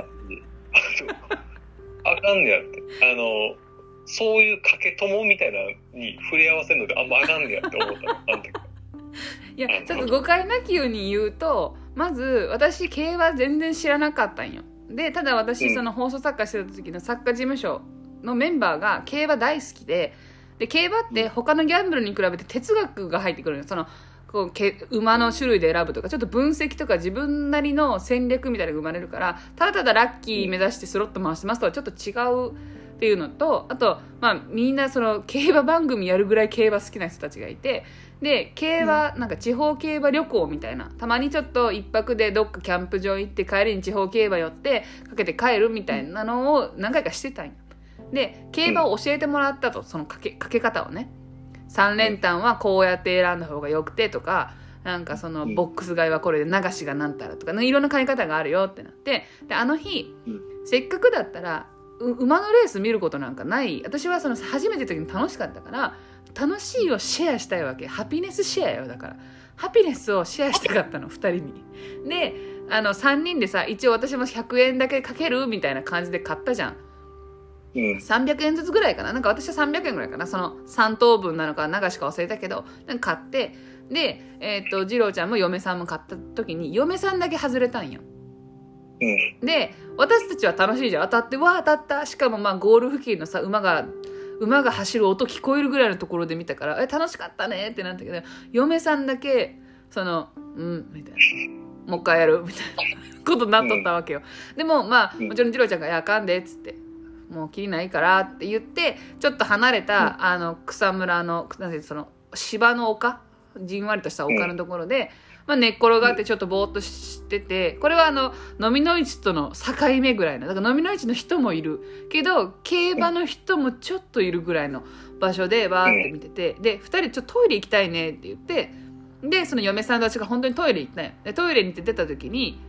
あかんねやって、あのそういうかけ友みたいなに触れ合わせるのであんまあかんねやって思ったあの時いやちょっと誤解なきように言うと、まず私競馬全然知らなかったんよ。でただ私その放送作家してた時の作家事務所のメンバーが競馬大好きで、で競馬って他のギャンブルに比べて哲学が入ってくるのよ。そのこうけ馬の種類で選ぶとかちょっと分析とか自分なりの戦略みたいなのが生まれるから、ただただラッキー目指してスロット回してますとはちょっと違うっていうのと、あと、まあ、みんなその競馬番組やるぐらい競馬好きな人たちがいて、で競馬なんか地方競馬旅行みたいな、たまにちょっと一泊でどっかキャンプ場行って帰りに地方競馬寄ってかけて帰るみたいなのを何回かしてたんよ。で競馬を教えてもらったと、そのかけ、かけ方をね、さん連単はこうやって選んだ方がよくてとか、なんかそのボックス買いはこれで流しがなんたらとか、いろんな買い方があるよってなって、であの日せっかくだったら馬のレース見ることなんかない、私はその初めての時に楽しかったから楽しいをシェアしたいわけ。ハピネスシェアよ。だからハピネスをシェアしたかったのふたりに。であのさんにんでさ、一応私もひゃくえんだけかけるみたいな感じで買ったじゃん、うん、さんびゃくえんずつぐらいかな、なんか私はさんびゃくえんぐらいかな、そのさん等分なのか流しか忘れたけどなんか買って、でえっと次郎ちゃんも嫁さんも買った時に嫁さんだけ外れたんよ、うん、で私たちは楽しいじゃん、当たってわー当たった、しかもまあゴール付近のさ馬が馬が走る音聞こえるぐらいのところで見たから、え楽しかったねってなったけど、嫁さんだけそのうんみたいな、もう一回やるみたいなことになっとったわけよ、うん、でもまあもちろん次郎ちゃんが「いやあかんで」っつって「もうきりないから」って言ってちょっと離れた、うん、あの草むらのなんてその芝の丘、じんわりとした丘のところで、うんまあ、寝っ転がってちょっとぼーっとしてて、これはあの飲みの市との境目ぐらいの、だから飲みの市の人もいるけど競馬の人もちょっといるぐらいの場所でバーって見てて、でふたりちょっとトイレ行きたいねって言って、でその嫁さんたちが本当にトイレ行ったんよ。でトイレに行って出た時に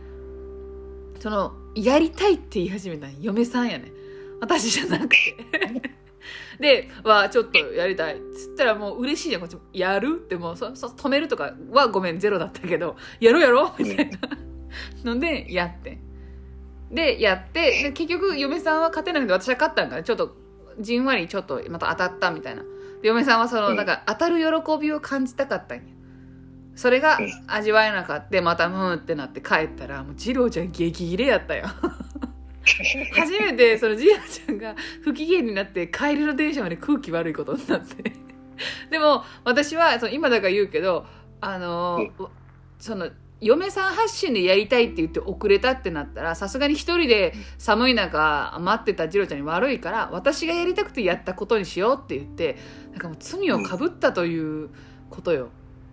そのやりたいって言い始めたん、嫁さんやね、私じゃなくてで、わ、ちょっとやりたい。つったらもう嬉しいじゃん、こっちも。やるってもうそ、そ、止めるとかはごめん、ゼロだったけど、やろうやろうみたいなので、やって。で、やって、で、結局、嫁さんは勝てなくて私は勝ったんから、ちょっと、じんわりちょっとまた当たったみたいな。で、嫁さんはその、なんか、当たる喜びを感じたかったんや。それが味わえなかった。また、ムーってなって帰ったら、もう、ジローちゃん激切れやったよ。初めてそのジロちゃんが不機嫌になって帰りの電車まで空気悪いことになってでも私はその今だから言うけどあの、うん、その嫁さん発信でやりたいって言って遅れたってなったらさすがに一人で寒い中待ってたジロちゃんに悪いから私がやりたくてやったことにしようって言ってなんかもう罪をかぶったということよ、うん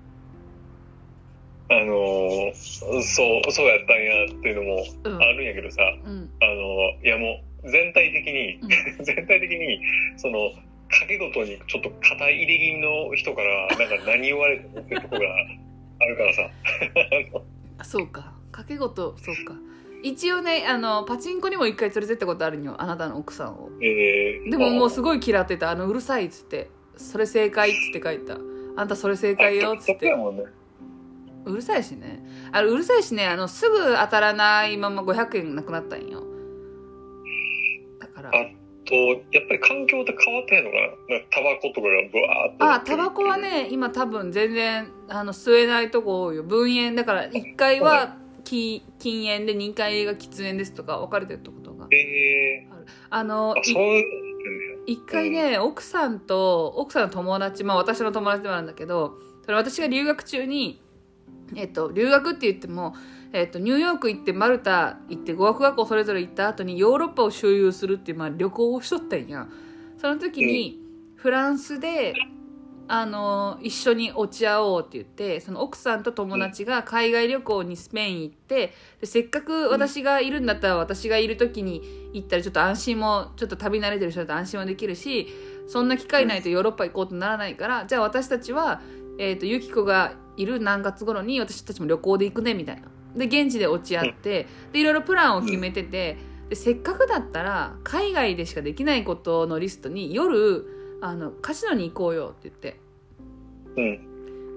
あのー、そう、そうやったんやっていうのもあるんやけどさ、うん、あの、いやもう全体的に、うん、全体的に、その、賭け事にちょっと肩入れ気味の人から、なんか何言われてもっていうとこがあるからさ。 あそうか。賭け事、そうか。一応ね、あの、パチンコにも一回連れてったことあるんよ、あなたの奥さんを。 えー、 でももうすごい嫌ってた。あの、うるさいっつって、それ正解っつって書いた。あんたそれ正解よっつって。うるさいしね。あれうるさいしね、あの、すぐ当たらないままごひゃくえんなくなったんよ。だから。あと、やっぱり環境って変わってんのかな？なんかタバコとかがブワーっと。 あ、タバコはね、今多分全然、あの、吸えないとこ多いよ。分煙。だからいっかいは禁煙でにかいが喫煙ですとか分かれてるってことが。 えー、 ある。あの、 あ、そういういっかいね、うん、奥さんと、奥さんの友達、まあ私の友達でもあるんだけど、それ私が留学中に、えっと、留学って言っても、えっと、ニューヨーク行ってマルタ行って語学学校それぞれ行った後にヨーロッパを周遊するっていう、まあ、旅行をしとったんや。その時にフランスであの一緒に落ち合おうって言ってその奥さんと友達が海外旅行にスペイン行ってでせっかく私がいるんだったら私がいる時に行ったらちょっと安心もちょっと旅慣れてる人だと安心もできるしそんな機会ないとヨーロッパ行こうとならないからじゃあ私たちは、えーと、ユキコがいる何月頃に私たちも旅行で行くねみたいなで現地で落ち合ってでいろいろプランを決めててでせっかくだったら海外でしかできないことのリストに夜あのカジノに行こうよって言って、 うん、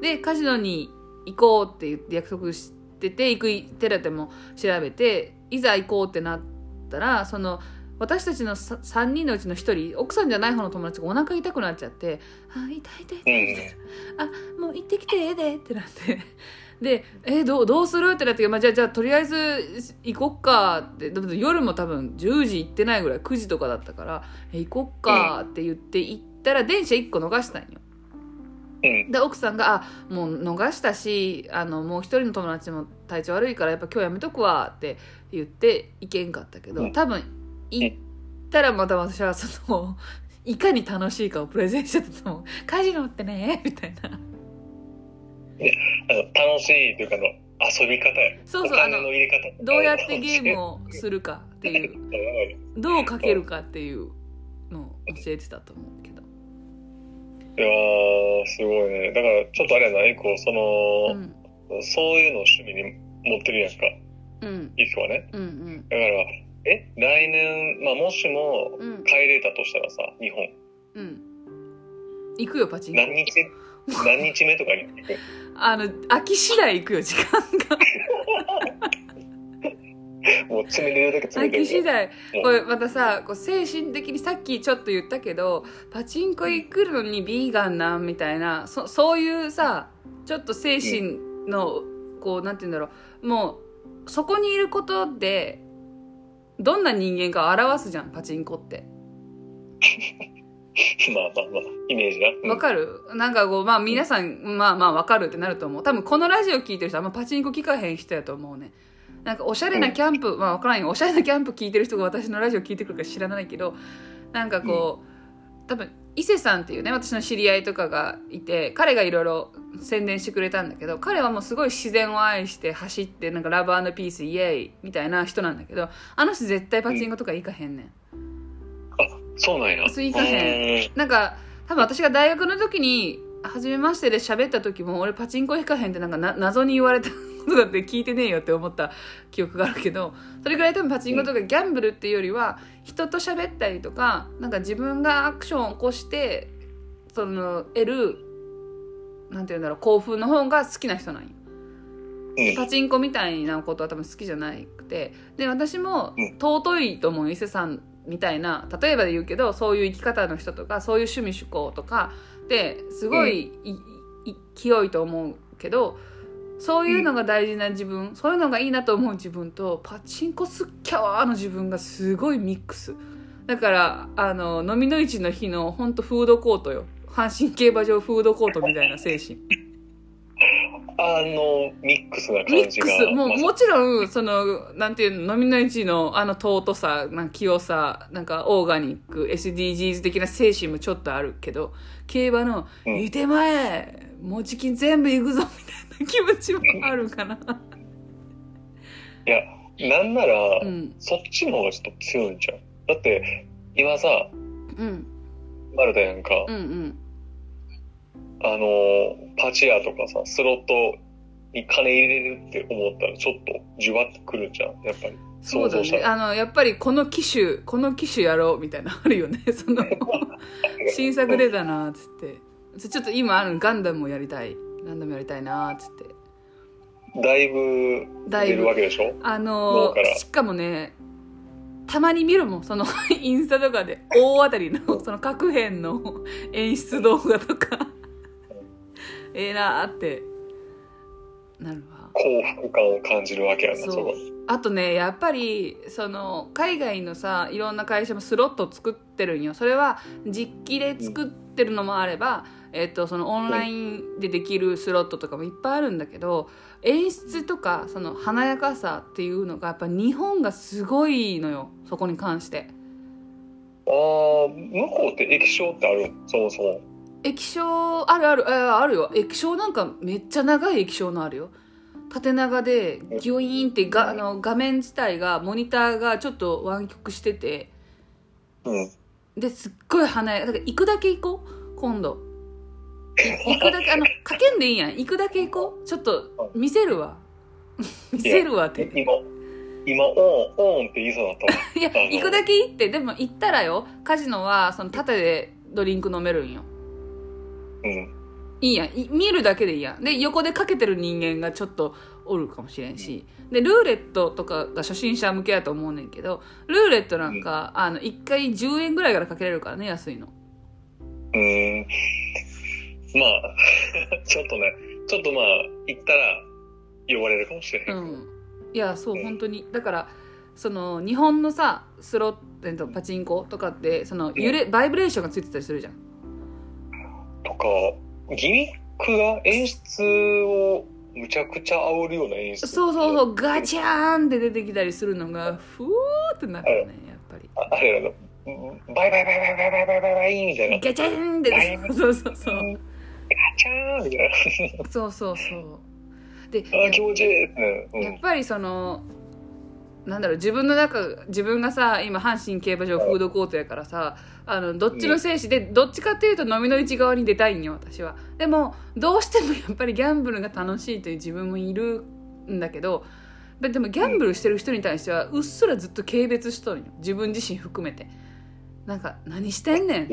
でカジノに行こうって言って約束してて行く手立ても調べていざ行こうってなったらその私たちのさんにんのうちのひとり奥さんじゃない方の友達がお腹痛くなっちゃってあ痛い痛い痛い痛い、うん、あもう行ってきてええでってなってでえどうどうするってなって、まあ、じゃあじゃあとりあえず行こっかって夜も多分じゅうじ行ってないぐらいくじとかだったからえ行こっかって言って行ったら電車いっこ逃したんよ。で奥さんがあもう逃したしあのもう一人の友達も体調悪いからやっぱ今日やめとくわって言って行けんかったけど多分行ったらまた私はそのいかに楽しいかをプレゼンしてたと思う。カジノってねみたいな。 あの楽しいというかの遊び方やそうそうお金の入れ方どうやってゲームをするかっていうどうかけるかっていうのを教えてたと思うけどいやーすごいねだからちょっとあれやないこうその、うん、そういうのを趣味に持ってるやんか、うん、いくはね、うんうん、だからえ来年、まあ、もしも帰れたとしたらさ、うん、日本、 うん、行くよパチンコ何日何日目とかに行くあの飽き次第行くよ時間がもう詰めれるだけ詰めてる飽き次第これまたさこう精神的にさっきちょっと言ったけどパチンコ行くのにビーガンなんみたいな そ, そういうさちょっと精神の、うん、こうなんて言うんだろうもうそこにいることでどんな人間かを表すじゃんパチンコってまあまあまあイメージがわ、うん、かるなんかこうまあ皆さん、うん、まあまあわかるってなると思う多分このラジオ聞いてる人はあんまパチンコ聞かへん人やと思うねなんかおしゃれなキャンプ、うん、まあわからんよおしゃれなキャンプ聞いてる人が私のラジオ聞いてくるか知らないけどなんかこう、うん、多分伊勢さんっていうね私の知り合いとかがいて彼がいろいろ宣伝してくれたんだけど彼はもうすごい自然を愛して走ってなんかラブ&ピースイエーイみたいな人なんだけどあの人絶対パチンコとか行かへんねん、うんそうなんや。 そう行かへん。なんか多分私が大学の時に初めましてで喋った時も俺パチンコ行かへんってなんかな謎に言われたコとかって聞いてねえよって思った記憶があるけど、それぐらい多分パチンコとかギャンブルっていうよりは人と喋ったりとか、なんか自分がアクションを起こしてその得るなんていうんだろう興奮の方が好きな人なんよ。パチンコみたいなことは多分好きじゃなくて、で私も尊いと思う伊勢さんみたいな、例えばで言うけどそういう生き方の人とかそういう趣味趣向とかですごい、うん、勢いと思うけど、そういうのが大事な自分、そういうのがいいなと思う自分とパチンコすっきゃわーの自分がすごいミックスだから、あの飲みの市の日の本当フードコートよ、阪神競馬場フードコートみたいな精神あのミックスな感じがミックスもうもちろんそのなんていうの飲みの市のあの尊さなんか清さなんかオーガニック エスディージーズ 的な精神もちょっとあるけど、競馬の「言うてまえもうじき全部いくぞ」みたいな気持ちもあるかな。 いやなんなら、うん、そっちの方がちょっと強いんちゃう。だって今さ、うん、マルタやんか、うんうん、あのパチ屋とかさスロットに金入れるって思ったらちょっとじゅわってくるんじゃんやっぱり。 そうだね、あのやっぱりこの機種この機種やろうみたいなあるよねその新作出たなっつってちょっと今あるガンダムもやりたいガンダムやりたいなっつってだいぶ出るわけでしょ。 あのしかもねたまに見るもんそのインスタとかで大当たりのその各編の演出動画とかええなーってなるわ。 幸福感を感じるわけやな。 そうそこあとねやっぱりその海外のさいろんな会社もスロット作ってるんよ。それは実機で作ってるのもあれば、うん、えっとそのオンラインでできるスロットとかもいっぱいあるんだけど、演出とかその華やかさっていうのがやっぱ日本がすごいのよそこに関して。 ああ向こうって液晶ってあるそもそも。 液晶あるあるあるよ。液晶なんかめっちゃ長い液晶のあるよ。縦長でギョイーンってがあの画面自体がモニターがちょっと湾曲してて、うん、ですっごい華やかだから行くだけ行こう今度行くだけあのかけんでいいやん行くだけ行こうちょっと見せるわ見せるわって今今オンオンって言いそうだったわいや行くだけ行ってでも行ったらよカジノはその縦でドリンク飲めるんよ。うんいいやん見るだけでいいやん。で横でかけてる人間がちょっとおるかもしれんし、でルーレットとかが初心者向けやと思うねんけど、ルーレットなんか、うん、あのいっかいじゅうえんぐらいからかけれるからね安いの。 うーんまあちょっとねちょっとまあ行ったら呼ばれるかもしれへん、うん、 いやそう、うん、本当にだからその日本のさスロットパチンコとかってその揺れ、うん、バイブレーションがついてたりするじゃんとかギミックが演出をむちゃくちゃ煽るような演出そうそうそうガチャーンって出てきたりするのがふーってなるよねやっぱりあ, あれあのバイバイバイバイバイバイバイバイバイみたいなガチャーンってそうそうそうガチャーンみたいなそうそうそうであ気持ちいい、 うん、やっぱりそのなんだろう自分の中自分がさ今阪神競馬場フードコートやからさあのどっちの精子でどっちかっていうと飲みの市側に出たいんよ私は。でもどうしてもやっぱりギャンブルが楽しいという自分もいるんだけどでもギャンブルしてる人に対してはうっすらずっと軽蔑しとるんよ自分自身含めて。なんか何してんねんって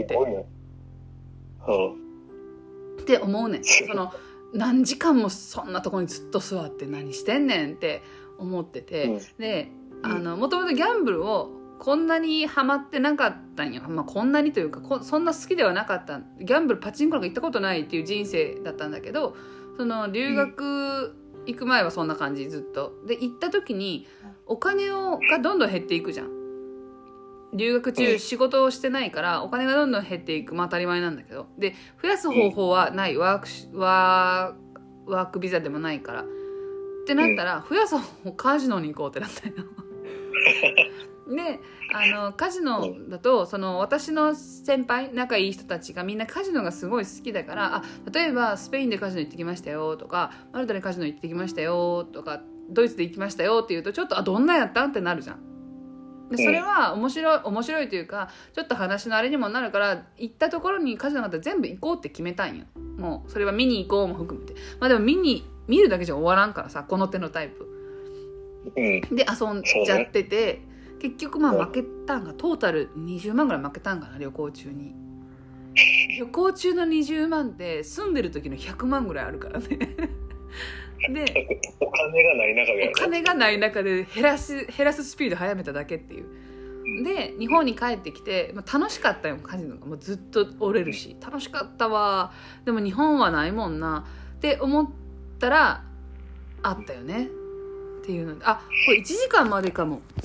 って思うねん。その何時間もそんなとこにずっと座って何してんねんって思ってて、であのもともとギャンブルをこんなにハマってなかったんよ、まあ、こんなにというかこそんな好きではなかった。ギャンブルパチンコなんか行ったことないっていう人生だったんだけどその留学行く前はそんな感じずっとで行った時にお金をがどんどん減っていくじゃん。留学中仕事をしてないからお金がどんどん減っていくまあ当たり前なんだけどで増やす方法はないワーク、ワー、ワークビザでもないからってなったら増やす方法カジノに行こうってなったよであのカジノだとその私の先輩仲いい人たちがみんなカジノがすごい好きだからあ例えばスペインでカジノ行ってきましたよとかマルタでカジノ行ってきましたよとかドイツで行きましたよって言うとちょっとあどんなやったんってなるじゃん。でそれは面白い面白いというかちょっと話のあれにもなるから行ったところにカジノがあったら全部行こうって決めたんよ。もうそれは見に行こうも含めてまあでも見に見るだけじゃ終わらんからさ、この手のタイプ、うん、で遊んじゃってて、ね、結局まあ負けたんがトータルにじゅうまんぐらい負けたんかな、旅行中に。旅行中のにじゅうまんって住んでる時のひゃくまんぐらいあるからねでお金がない中でやる、 お金がない中で減らす減らすスピード早めただけっていう。で日本に帰ってきて、まあ、楽しかったよ、カジノがもうずっと折れるし楽しかったわ、でも日本はないもんなって思ったらあったよねっていうので、あこれいちじかんまでかも。